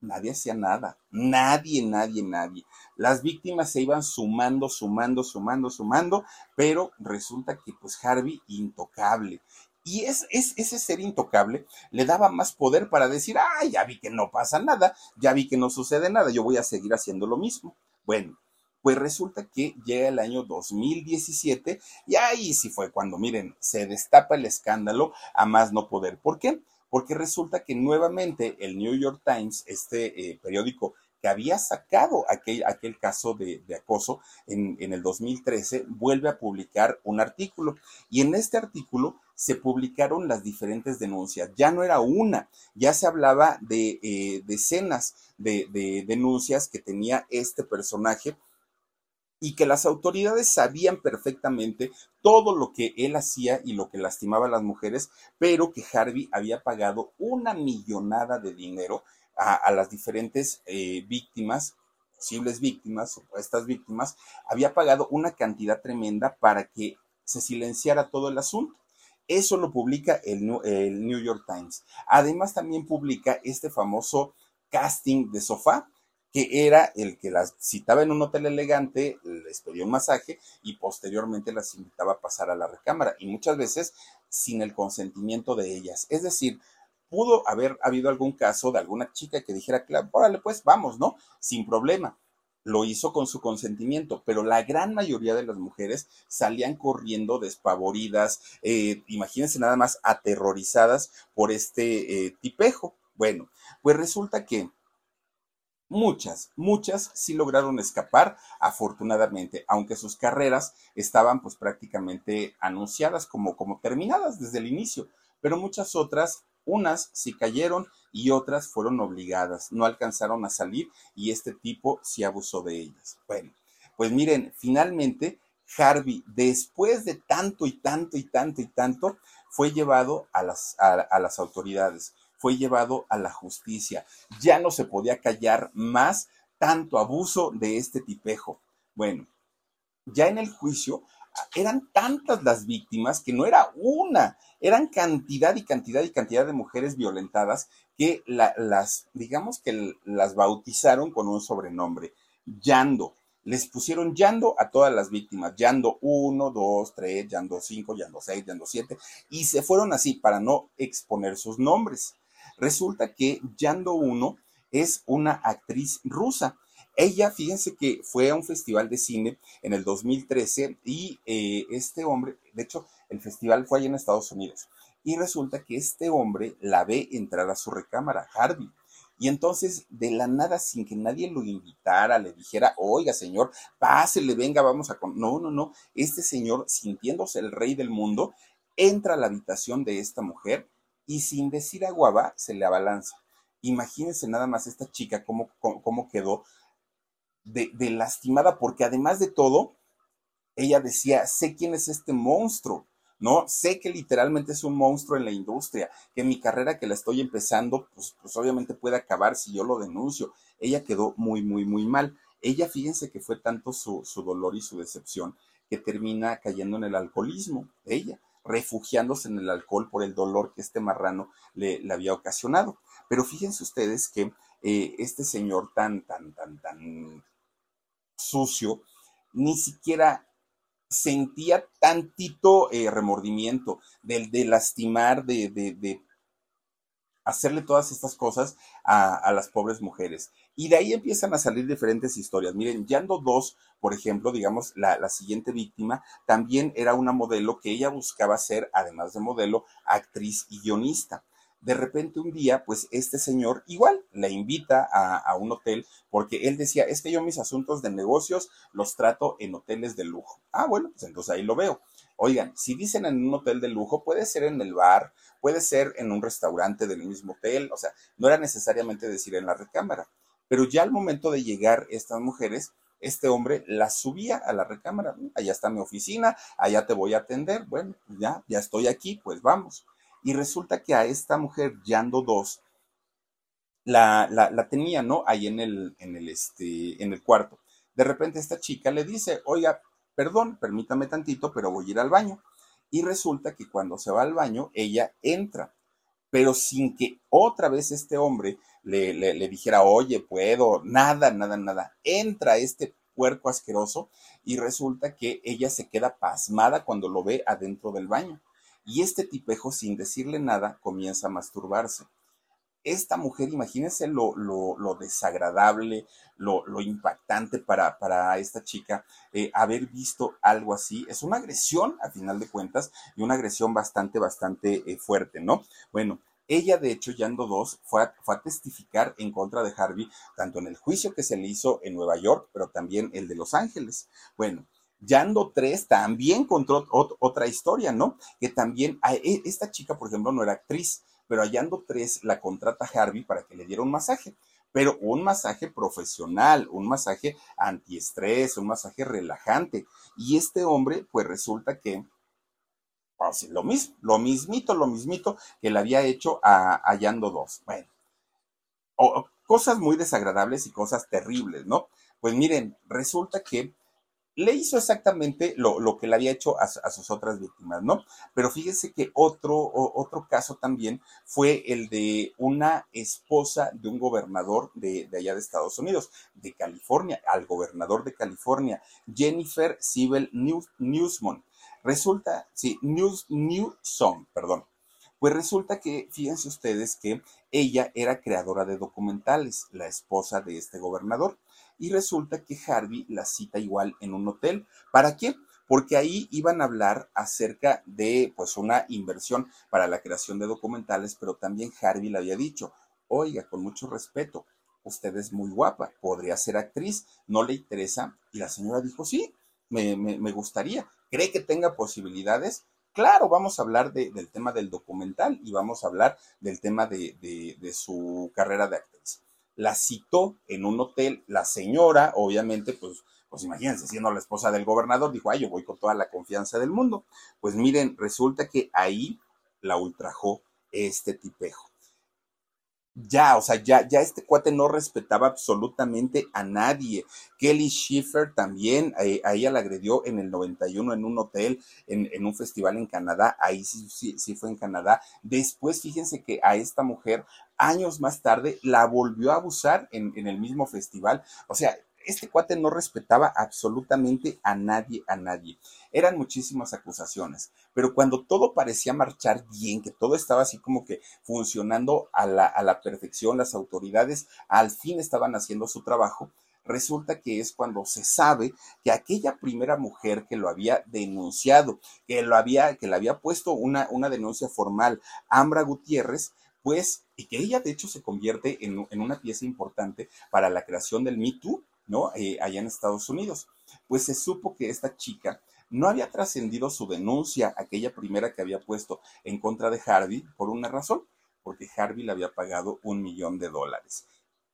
Nadie hacía nada, nadie, nadie, nadie. Las víctimas se iban sumando, sumando, sumando, sumando, pero resulta que pues Harvey intocable. Y es, es, ese ser intocable le daba más poder para decir, ah, ya vi que no pasa nada, ya vi que no sucede nada, yo voy a seguir haciendo lo mismo. Bueno, pues resulta que llega el año dos mil diecisiete y ahí sí fue cuando, miren, se destapa el escándalo a más no poder. ¿Por qué? Porque resulta que nuevamente el New York Times, este eh, periódico que había sacado aquel, aquel caso de, de acoso en, en el dos mil trece, vuelve a publicar un artículo. Y en este artículo se publicaron las diferentes denuncias. Ya no era una, ya se hablaba de eh, decenas de, de denuncias que tenía este personaje y que las autoridades sabían perfectamente todo lo que él hacía y lo que lastimaba a las mujeres, pero que Harvey había pagado una millonada de dinero a, a las diferentes eh, víctimas, posibles víctimas, supuestas víctimas, había pagado una cantidad tremenda para que se silenciara todo el asunto. Eso lo publica el New, el New York Times. Además, también publica este famoso casting de sofá, que era el que las citaba en un hotel elegante, les pedía un masaje y posteriormente las invitaba a pasar a la recámara, y muchas veces sin el consentimiento de ellas. Es decir, pudo haber habido algún caso de alguna chica que dijera, claro, órale, pues vamos, ¿no? Sin problema. Lo hizo con su consentimiento, pero la gran mayoría de las mujeres salían corriendo despavoridas, eh, imagínense nada más aterrorizadas por este eh, tipejo. Bueno, pues resulta que muchas, muchas sí lograron escapar, afortunadamente, aunque sus carreras estaban pues prácticamente anunciadas como, como terminadas desde el inicio, pero muchas otras, unas sí cayeron y otras fueron obligadas, no alcanzaron a salir y este tipo sí abusó de ellas. Bueno, pues miren, finalmente Harvey, después de tanto y tanto y tanto y tanto, fue llevado a las, a, a las autoridades, fue llevado a la justicia. Ya no se podía callar más tanto abuso de este tipejo. Bueno, ya en el juicio eran tantas las víctimas que no era una, eran cantidad y cantidad y cantidad de mujeres violentadas que la, las, digamos que las bautizaron con un sobrenombre, Yando. Les pusieron Yando a todas las víctimas, Yando uno, dos, tres, Yando cinco, Yando seis, Yando siete, y se fueron así para no exponer sus nombres. Resulta que Yando uno es una actriz rusa. Ella, fíjense que fue a un festival de cine en el dos mil trece y eh, este hombre, de hecho, el festival fue allá en Estados Unidos, y resulta que este hombre la ve entrar a su recámara, Harvey. Y entonces, de la nada, sin que nadie lo invitara, le dijera, oiga, señor, pásele, venga, vamos a... Con-". No, no, no. Este señor, sintiéndose el rey del mundo, entra a la habitación de esta mujer y sin decir aguaba, se le abalanza. Imagínense nada más esta chica cómo, cómo, cómo quedó de, de lastimada, porque además de todo, ella decía, sé quién es este monstruo, ¿no? Sé que literalmente es un monstruo en la industria, que mi carrera que la estoy empezando, pues, pues obviamente puede acabar si yo lo denuncio. Ella quedó muy, muy, muy mal. Ella, fíjense que fue tanto su, su dolor y su decepción que termina cayendo en el alcoholismo, ella, refugiándose en el alcohol por el dolor que este marrano le, le había ocasionado. Pero fíjense ustedes que eh, este señor tan, tan, tan, tan sucio, ni siquiera sentía tantito eh, remordimiento de, de lastimar, de, de, de hacerle todas estas cosas a, a, las pobres mujeres. Y de ahí empiezan a salir diferentes historias. Miren, Yando dos, por ejemplo, digamos, la, la siguiente víctima, también era una modelo que ella buscaba ser, además de modelo, actriz y guionista. De repente un día, pues este señor igual la invita a, a un hotel porque él decía, es que yo mis asuntos de negocios los trato en hoteles de lujo. Ah, bueno, pues entonces ahí lo veo. Oigan, si dicen en un hotel de lujo, puede ser en el bar, puede ser en un restaurante del mismo hotel, o sea, no era necesariamente decir en la recámara. Pero ya al momento de llegar estas mujeres, este hombre las subía a la recámara. Allá está mi oficina, allá te voy a atender. Bueno, ya, ya estoy aquí, pues vamos. Y resulta que a esta mujer, Yando dos, la, la, la tenía, ¿no? Ahí en el, en el, este, en el cuarto. De repente esta chica le dice, oiga, perdón, permítame tantito, pero voy a ir al baño. Y resulta que cuando se va al baño, ella entra. pero sin que otra vez este hombre le, le, le dijera, oye, puedo, nada, nada, nada. Entra este puerco asqueroso y resulta que ella se queda pasmada cuando lo ve adentro del baño. Y este tipejo, sin decirle nada, comienza a masturbarse. Esta mujer, imagínense lo, lo, lo desagradable, lo, lo impactante para, para esta chica eh, haber visto algo así. Es una agresión, a final de cuentas, y una agresión bastante, bastante eh, fuerte, ¿no? Bueno, ella, de hecho, Yando dos, fue a, fue a testificar en contra de Harvey, tanto en el juicio que se le hizo en Nueva York, pero también el de Los Ángeles. Bueno, Yando tres también contó ot- otra historia, ¿no? Que también, a, e- esta chica, por ejemplo, no era actriz, pero a Yando tres la contrata Harvey para que le diera un masaje, pero un masaje profesional, un masaje antiestrés, un masaje relajante. Y este hombre, pues resulta que pues, lo mismo, lo mismito, lo mismito que le había hecho a, a Yando dos. Bueno, o, o cosas muy desagradables y cosas terribles, ¿no? Pues miren, resulta que le hizo exactamente lo, lo que le había hecho a, a, sus otras víctimas, ¿no? Pero fíjese que otro, o, otro caso también fue el de una esposa de un gobernador de, de allá de Estados Unidos, de California, al gobernador de California, Jennifer Sibel News, Newsom. Resulta, sí, News, Newsom, perdón. Pues resulta que, fíjense ustedes que ella era creadora de documentales, la esposa de este gobernador, y resulta que Harvey la cita igual en un hotel. ¿Para qué? Porque ahí iban a hablar acerca de pues una inversión para la creación de documentales, pero también Harvey le había dicho, oiga, con mucho respeto, usted es muy guapa, podría ser actriz, ¿no le interesa? Y la señora dijo, sí, me, me, me gustaría. ¿Cree que tenga posibilidades? Claro, vamos a hablar de, del tema del documental y vamos a hablar del tema de, de, de su carrera de actriz. La citó en un hotel, la señora, obviamente, pues, pues imagínense, siendo la esposa del gobernador, dijo, ay, yo voy con toda la confianza del mundo. Pues miren, resulta que ahí la ultrajó este tipejo. Ya, o sea, ya, ya este cuate no respetaba absolutamente a nadie. Kelly Schiffer también, eh, a ella la agredió en el noventa y uno en un hotel, en, en un festival en Canadá, ahí sí, sí, sí fue en Canadá. Después, fíjense que a esta mujer, años más tarde, la volvió a abusar en, en el mismo festival. O sea, este cuate no respetaba absolutamente a nadie, a nadie. Eran muchísimas acusaciones, pero cuando todo parecía marchar bien, que todo estaba así como que funcionando a la, a la perfección, las autoridades al fin estaban haciendo su trabajo, resulta que es cuando se sabe que aquella primera mujer que lo había denunciado, que lo había, que le había puesto una, una denuncia formal, Ambra Gutiérrez, pues, y que ella de hecho se convierte en, en una pieza importante para la creación del Me Too, ¿no? Eh, allá en Estados Unidos. Pues se supo que esta chica no había trascendido su denuncia, aquella primera que había puesto en contra de Harvey, por una razón, porque Harvey le había pagado un millón de dólares.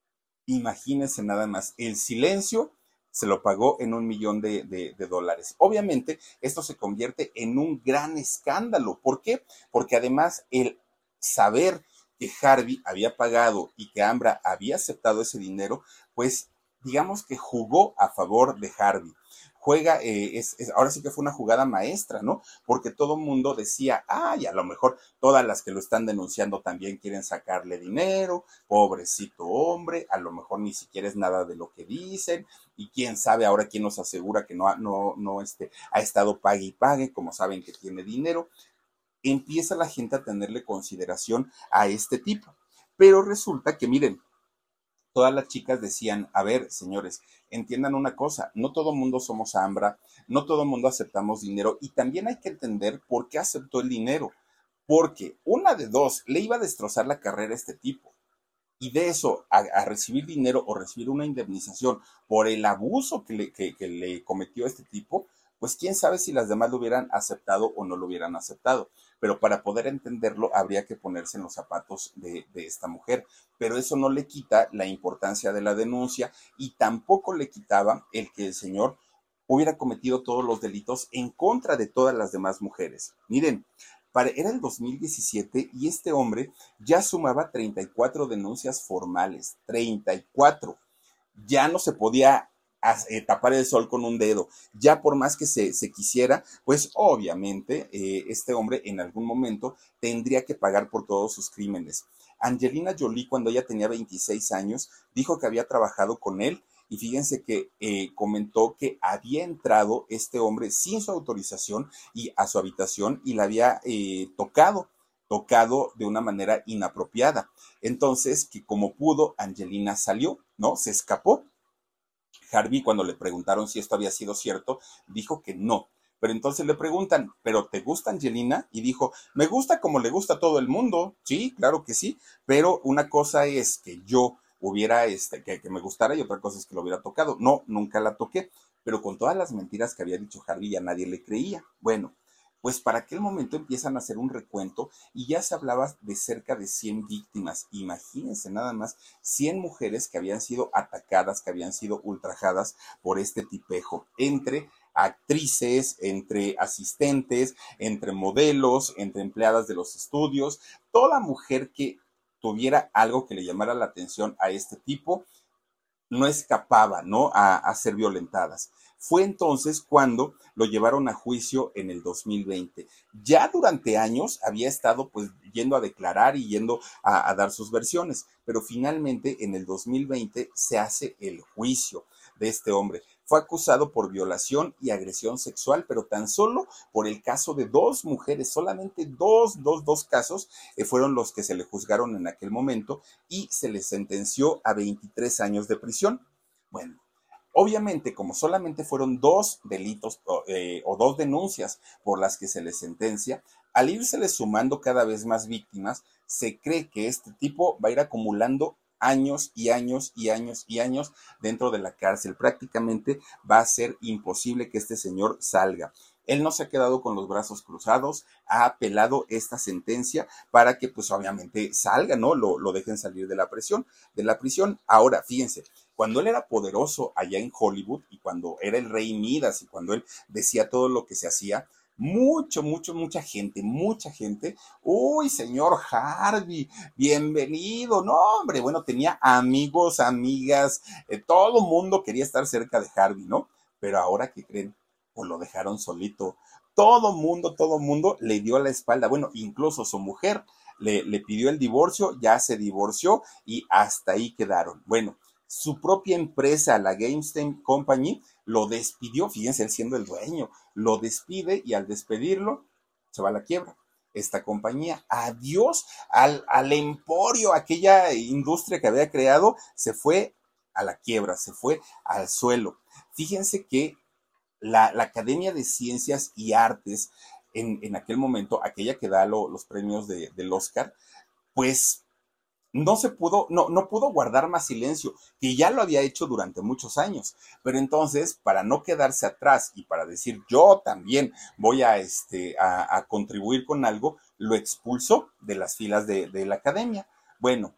Imagínense nada más, el silencio se lo pagó en un millón de, de, de dólares. Obviamente, esto se convierte en un gran escándalo. ¿Por qué? Porque además el saber que Harvey había pagado y que Ambra había aceptado ese dinero, pues digamos que jugó a favor de Harvey. Juega, eh, es, es, ahora sí que fue una jugada maestra, ¿no? Porque todo el mundo decía, ay, a lo mejor todas las que lo están denunciando también quieren sacarle dinero, pobrecito hombre, a lo mejor ni siquiera es nada de lo que dicen, y quién sabe ahora quién nos asegura que no, no, no este, ha estado pague y pague, como saben que tiene dinero. Empieza la gente a tenerle consideración a este tipo. Pero resulta que, miren, todas las chicas decían, a ver, señores, entiendan una cosa, no todo mundo somos Ambra, no todo mundo aceptamos dinero y también hay que entender por qué aceptó el dinero, porque una de dos, le iba a destrozar la carrera a este tipo y de eso a, a recibir dinero o recibir una indemnización por el abuso que le, que, que le cometió este tipo, pues quién sabe si las demás lo hubieran aceptado o no lo hubieran aceptado. Pero para poder entenderlo habría que ponerse en los zapatos de, de esta mujer. Pero eso no le quita la importancia de la denuncia y tampoco le quitaba el que el señor hubiera cometido todos los delitos en contra de todas las demás mujeres. Miren, para, era el dos mil diecisiete y este hombre ya sumaba treinta y cuatro denuncias formales, treinta y cuatro. Ya no se podía a eh, tapar el sol con un dedo. Ya por más que se, se quisiera, pues obviamente eh, este hombre en algún momento tendría que pagar por todos sus crímenes. Angelina Jolie, cuando ella tenía veintiséis años, dijo que había trabajado con él y fíjense que eh, comentó que había entrado este hombre sin su autorización y a su habitación y la había eh, tocado, tocado de una manera inapropiada. Entonces, que como pudo, Angelina salió, ¿no? Se escapó. Harvey, cuando le preguntaron si esto había sido cierto, dijo que no. Pero entonces le preguntan, ¿pero te gusta Angelina? Y dijo, me gusta como le gusta a todo el mundo. Sí, claro que sí, pero una cosa es que yo hubiera, este, que, que me gustara y otra cosa es que lo hubiera tocado. No, nunca la toqué, pero con todas las mentiras que había dicho Harvey ya nadie le creía. Bueno, pues para aquel momento empiezan a hacer un recuento y ya se hablaba de cerca de cien víctimas. Imagínense nada más, cien mujeres que habían sido atacadas, que habían sido ultrajadas por este tipejo, entre actrices, entre asistentes, entre modelos, entre empleadas de los estudios, toda mujer que tuviera algo que le llamara la atención a este tipo no escapaba, ¿no? A, a ser violentadas. Fue entonces cuando lo llevaron a juicio en el dos mil veinte. Ya durante años había estado pues yendo a declarar y yendo a, a dar sus versiones, pero finalmente en el dos mil veinte se hace el juicio de este hombre. Fue acusado por violación y agresión sexual, pero tan solo por el caso de dos mujeres, solamente dos, dos, dos casos eh, fueron los que se le juzgaron en aquel momento y se le sentenció a veintitrés años de prisión. Bueno, obviamente, como solamente fueron dos delitos eh, o dos denuncias por las que se le sentencia, al írsele sumando cada vez más víctimas, se cree que este tipo va a ir acumulando años y años y años y años dentro de la cárcel. Prácticamente va a ser imposible que este señor salga. Él no se ha quedado con los brazos cruzados, ha apelado esta sentencia para que pues obviamente salga, ¿no? Lo, lo dejen salir de la prisión, de la prisión. Ahora, fíjense, cuando él era poderoso allá en Hollywood y cuando era el rey Midas y cuando él decía todo lo que se hacía, mucho, mucho, mucha gente, mucha gente, uy, señor Harvey, bienvenido, no, hombre, bueno, tenía amigos, amigas, eh, todo mundo quería estar cerca de Harvey, ¿no? Pero ahora, ¿qué creen? Pues lo dejaron solito. Todo mundo, todo mundo le dio la espalda. Bueno, incluso su mujer le, le pidió el divorcio, ya se divorció y hasta ahí quedaron. Bueno, su propia empresa, la GameStop Company, lo despidió, fíjense, él siendo el dueño, lo despide y al despedirlo se va a la quiebra. Esta compañía, adiós al, al emporio, aquella industria que había creado, se fue a la quiebra, se fue al suelo. Fíjense que la, la Academia de Ciencias y Artes, en, en aquel momento, aquella que da lo, los premios de, del Oscar, pues no se pudo, no, no pudo guardar más silencio, que ya lo había hecho durante muchos años. Pero entonces, para no quedarse atrás y para decir yo también voy a, este, a, a contribuir con algo, lo expulsó de las filas de, de la academia. Bueno,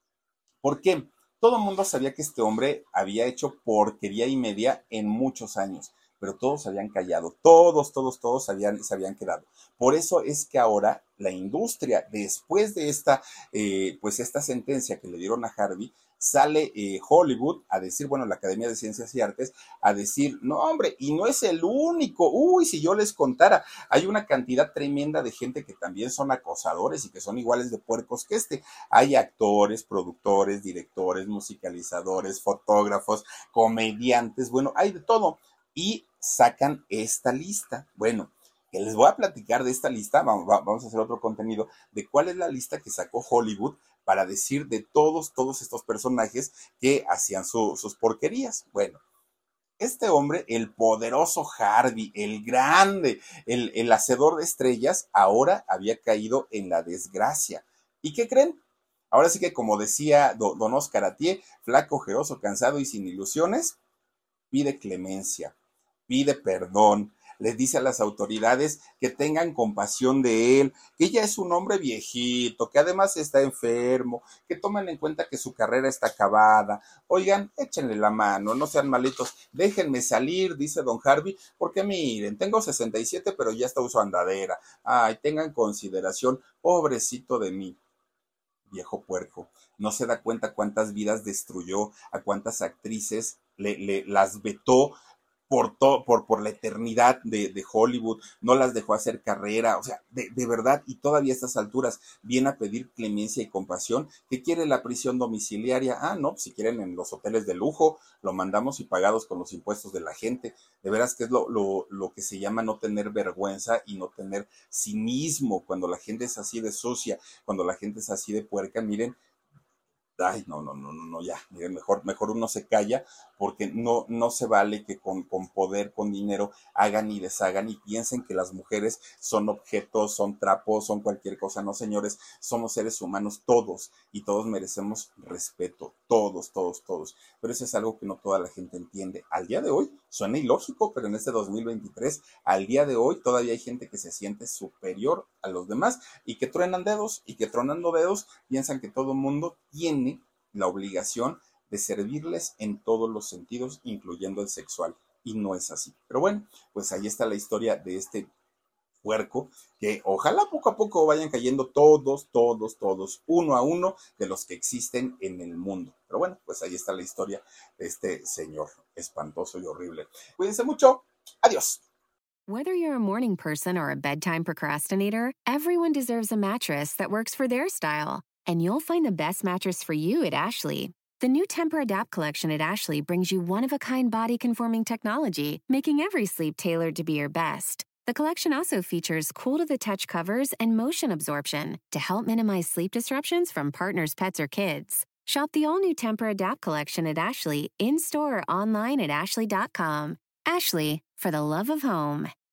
¿por qué? Todo el mundo sabía que este hombre había hecho porquería y media en muchos años, pero todos se habían callado, todos, todos, todos habían, se habían quedado. Por eso es que ahora la industria, después de esta, eh, pues esta sentencia que le dieron a Harvey, sale eh, Hollywood a decir, bueno, la Academia de Ciencias y Artes, a decir, no, hombre, y no es el único, uy, si yo les contara, hay una cantidad tremenda de gente que también son acosadores y que son iguales de puercos que este. Hay actores, productores, directores, musicalizadores, fotógrafos, comediantes, bueno, hay de todo. Y sacan esta lista. Bueno, que les voy a platicar de esta lista, vamos, vamos a hacer otro contenido, de cuál es la lista que sacó Hollywood para decir de todos, todos estos personajes que hacían su, sus porquerías. Bueno, este hombre, el poderoso Harvey, el grande, el, el hacedor de estrellas, ahora había caído en la desgracia. ¿Y qué creen? Ahora sí que como decía don, don Oscar Atié, flaco, ojeroso, cansado y sin ilusiones, pide clemencia, pide perdón, les dice a las autoridades que tengan compasión de él, que ya es un hombre viejito, que además está enfermo, que tomen en cuenta que su carrera está acabada. Oigan, échenle la mano, no sean malitos, déjenme salir, dice don Harvey, porque miren, tengo sesenta y siete, pero ya está uso andadera. Ay, tengan consideración, pobrecito de mí. Viejo puerco, no se da cuenta cuántas vidas destruyó, a cuántas actrices le, le las vetó por, to, por, por la eternidad de, de Hollywood, no las dejó hacer carrera, o sea, de, de verdad, y todavía a estas alturas viene a pedir clemencia y compasión. ¿Qué quiere la prisión domiciliaria? Ah, no, si quieren en los hoteles de lujo, lo mandamos y pagados con los impuestos de la gente. De veras que es lo, lo, lo que se llama no tener vergüenza y no tener cinismo, cuando la gente es así de sucia, cuando la gente es así de puerca. Miren, ay, no, no, no, no, no, ya, miren, mejor, mejor uno se calla, porque no, no se vale que con, con poder, con dinero, hagan y deshagan y piensen que las mujeres son objetos, son trapos, son cualquier cosa. No, señores, somos seres humanos todos y todos merecemos respeto, todos, todos, todos. Pero eso es algo que no toda la gente entiende. Al día de hoy, suena ilógico, pero en este dos mil veintitrés, al día de hoy, todavía hay gente que se siente superior a los demás y que truenan dedos y que tronando dedos piensan que todo el mundo tiene la obligación de servirles en todos los sentidos, incluyendo el sexual, y no es así. Pero bueno, pues ahí está la historia de este puerco, que ojalá poco a poco vayan cayendo todos, todos, todos, uno a uno de los que existen en el mundo. Pero bueno, pues ahí está la historia de este señor espantoso y horrible. Cuídense mucho. Adiós. Whether you're a morning person or a bedtime procrastinator, everyone deserves a mattress that works for their style. And you'll find the best mattress for you at Ashley. The new Tempur-Adapt collection at Ashley brings you one-of-a-kind body-conforming technology, making every sleep tailored to be your best. The collection also features cool-to-the-touch covers and motion absorption to help minimize sleep disruptions from partners, pets, or kids. Shop the all-new Tempur-Adapt collection at Ashley, in-store or online at ashley dot com. Ashley, for the love of home.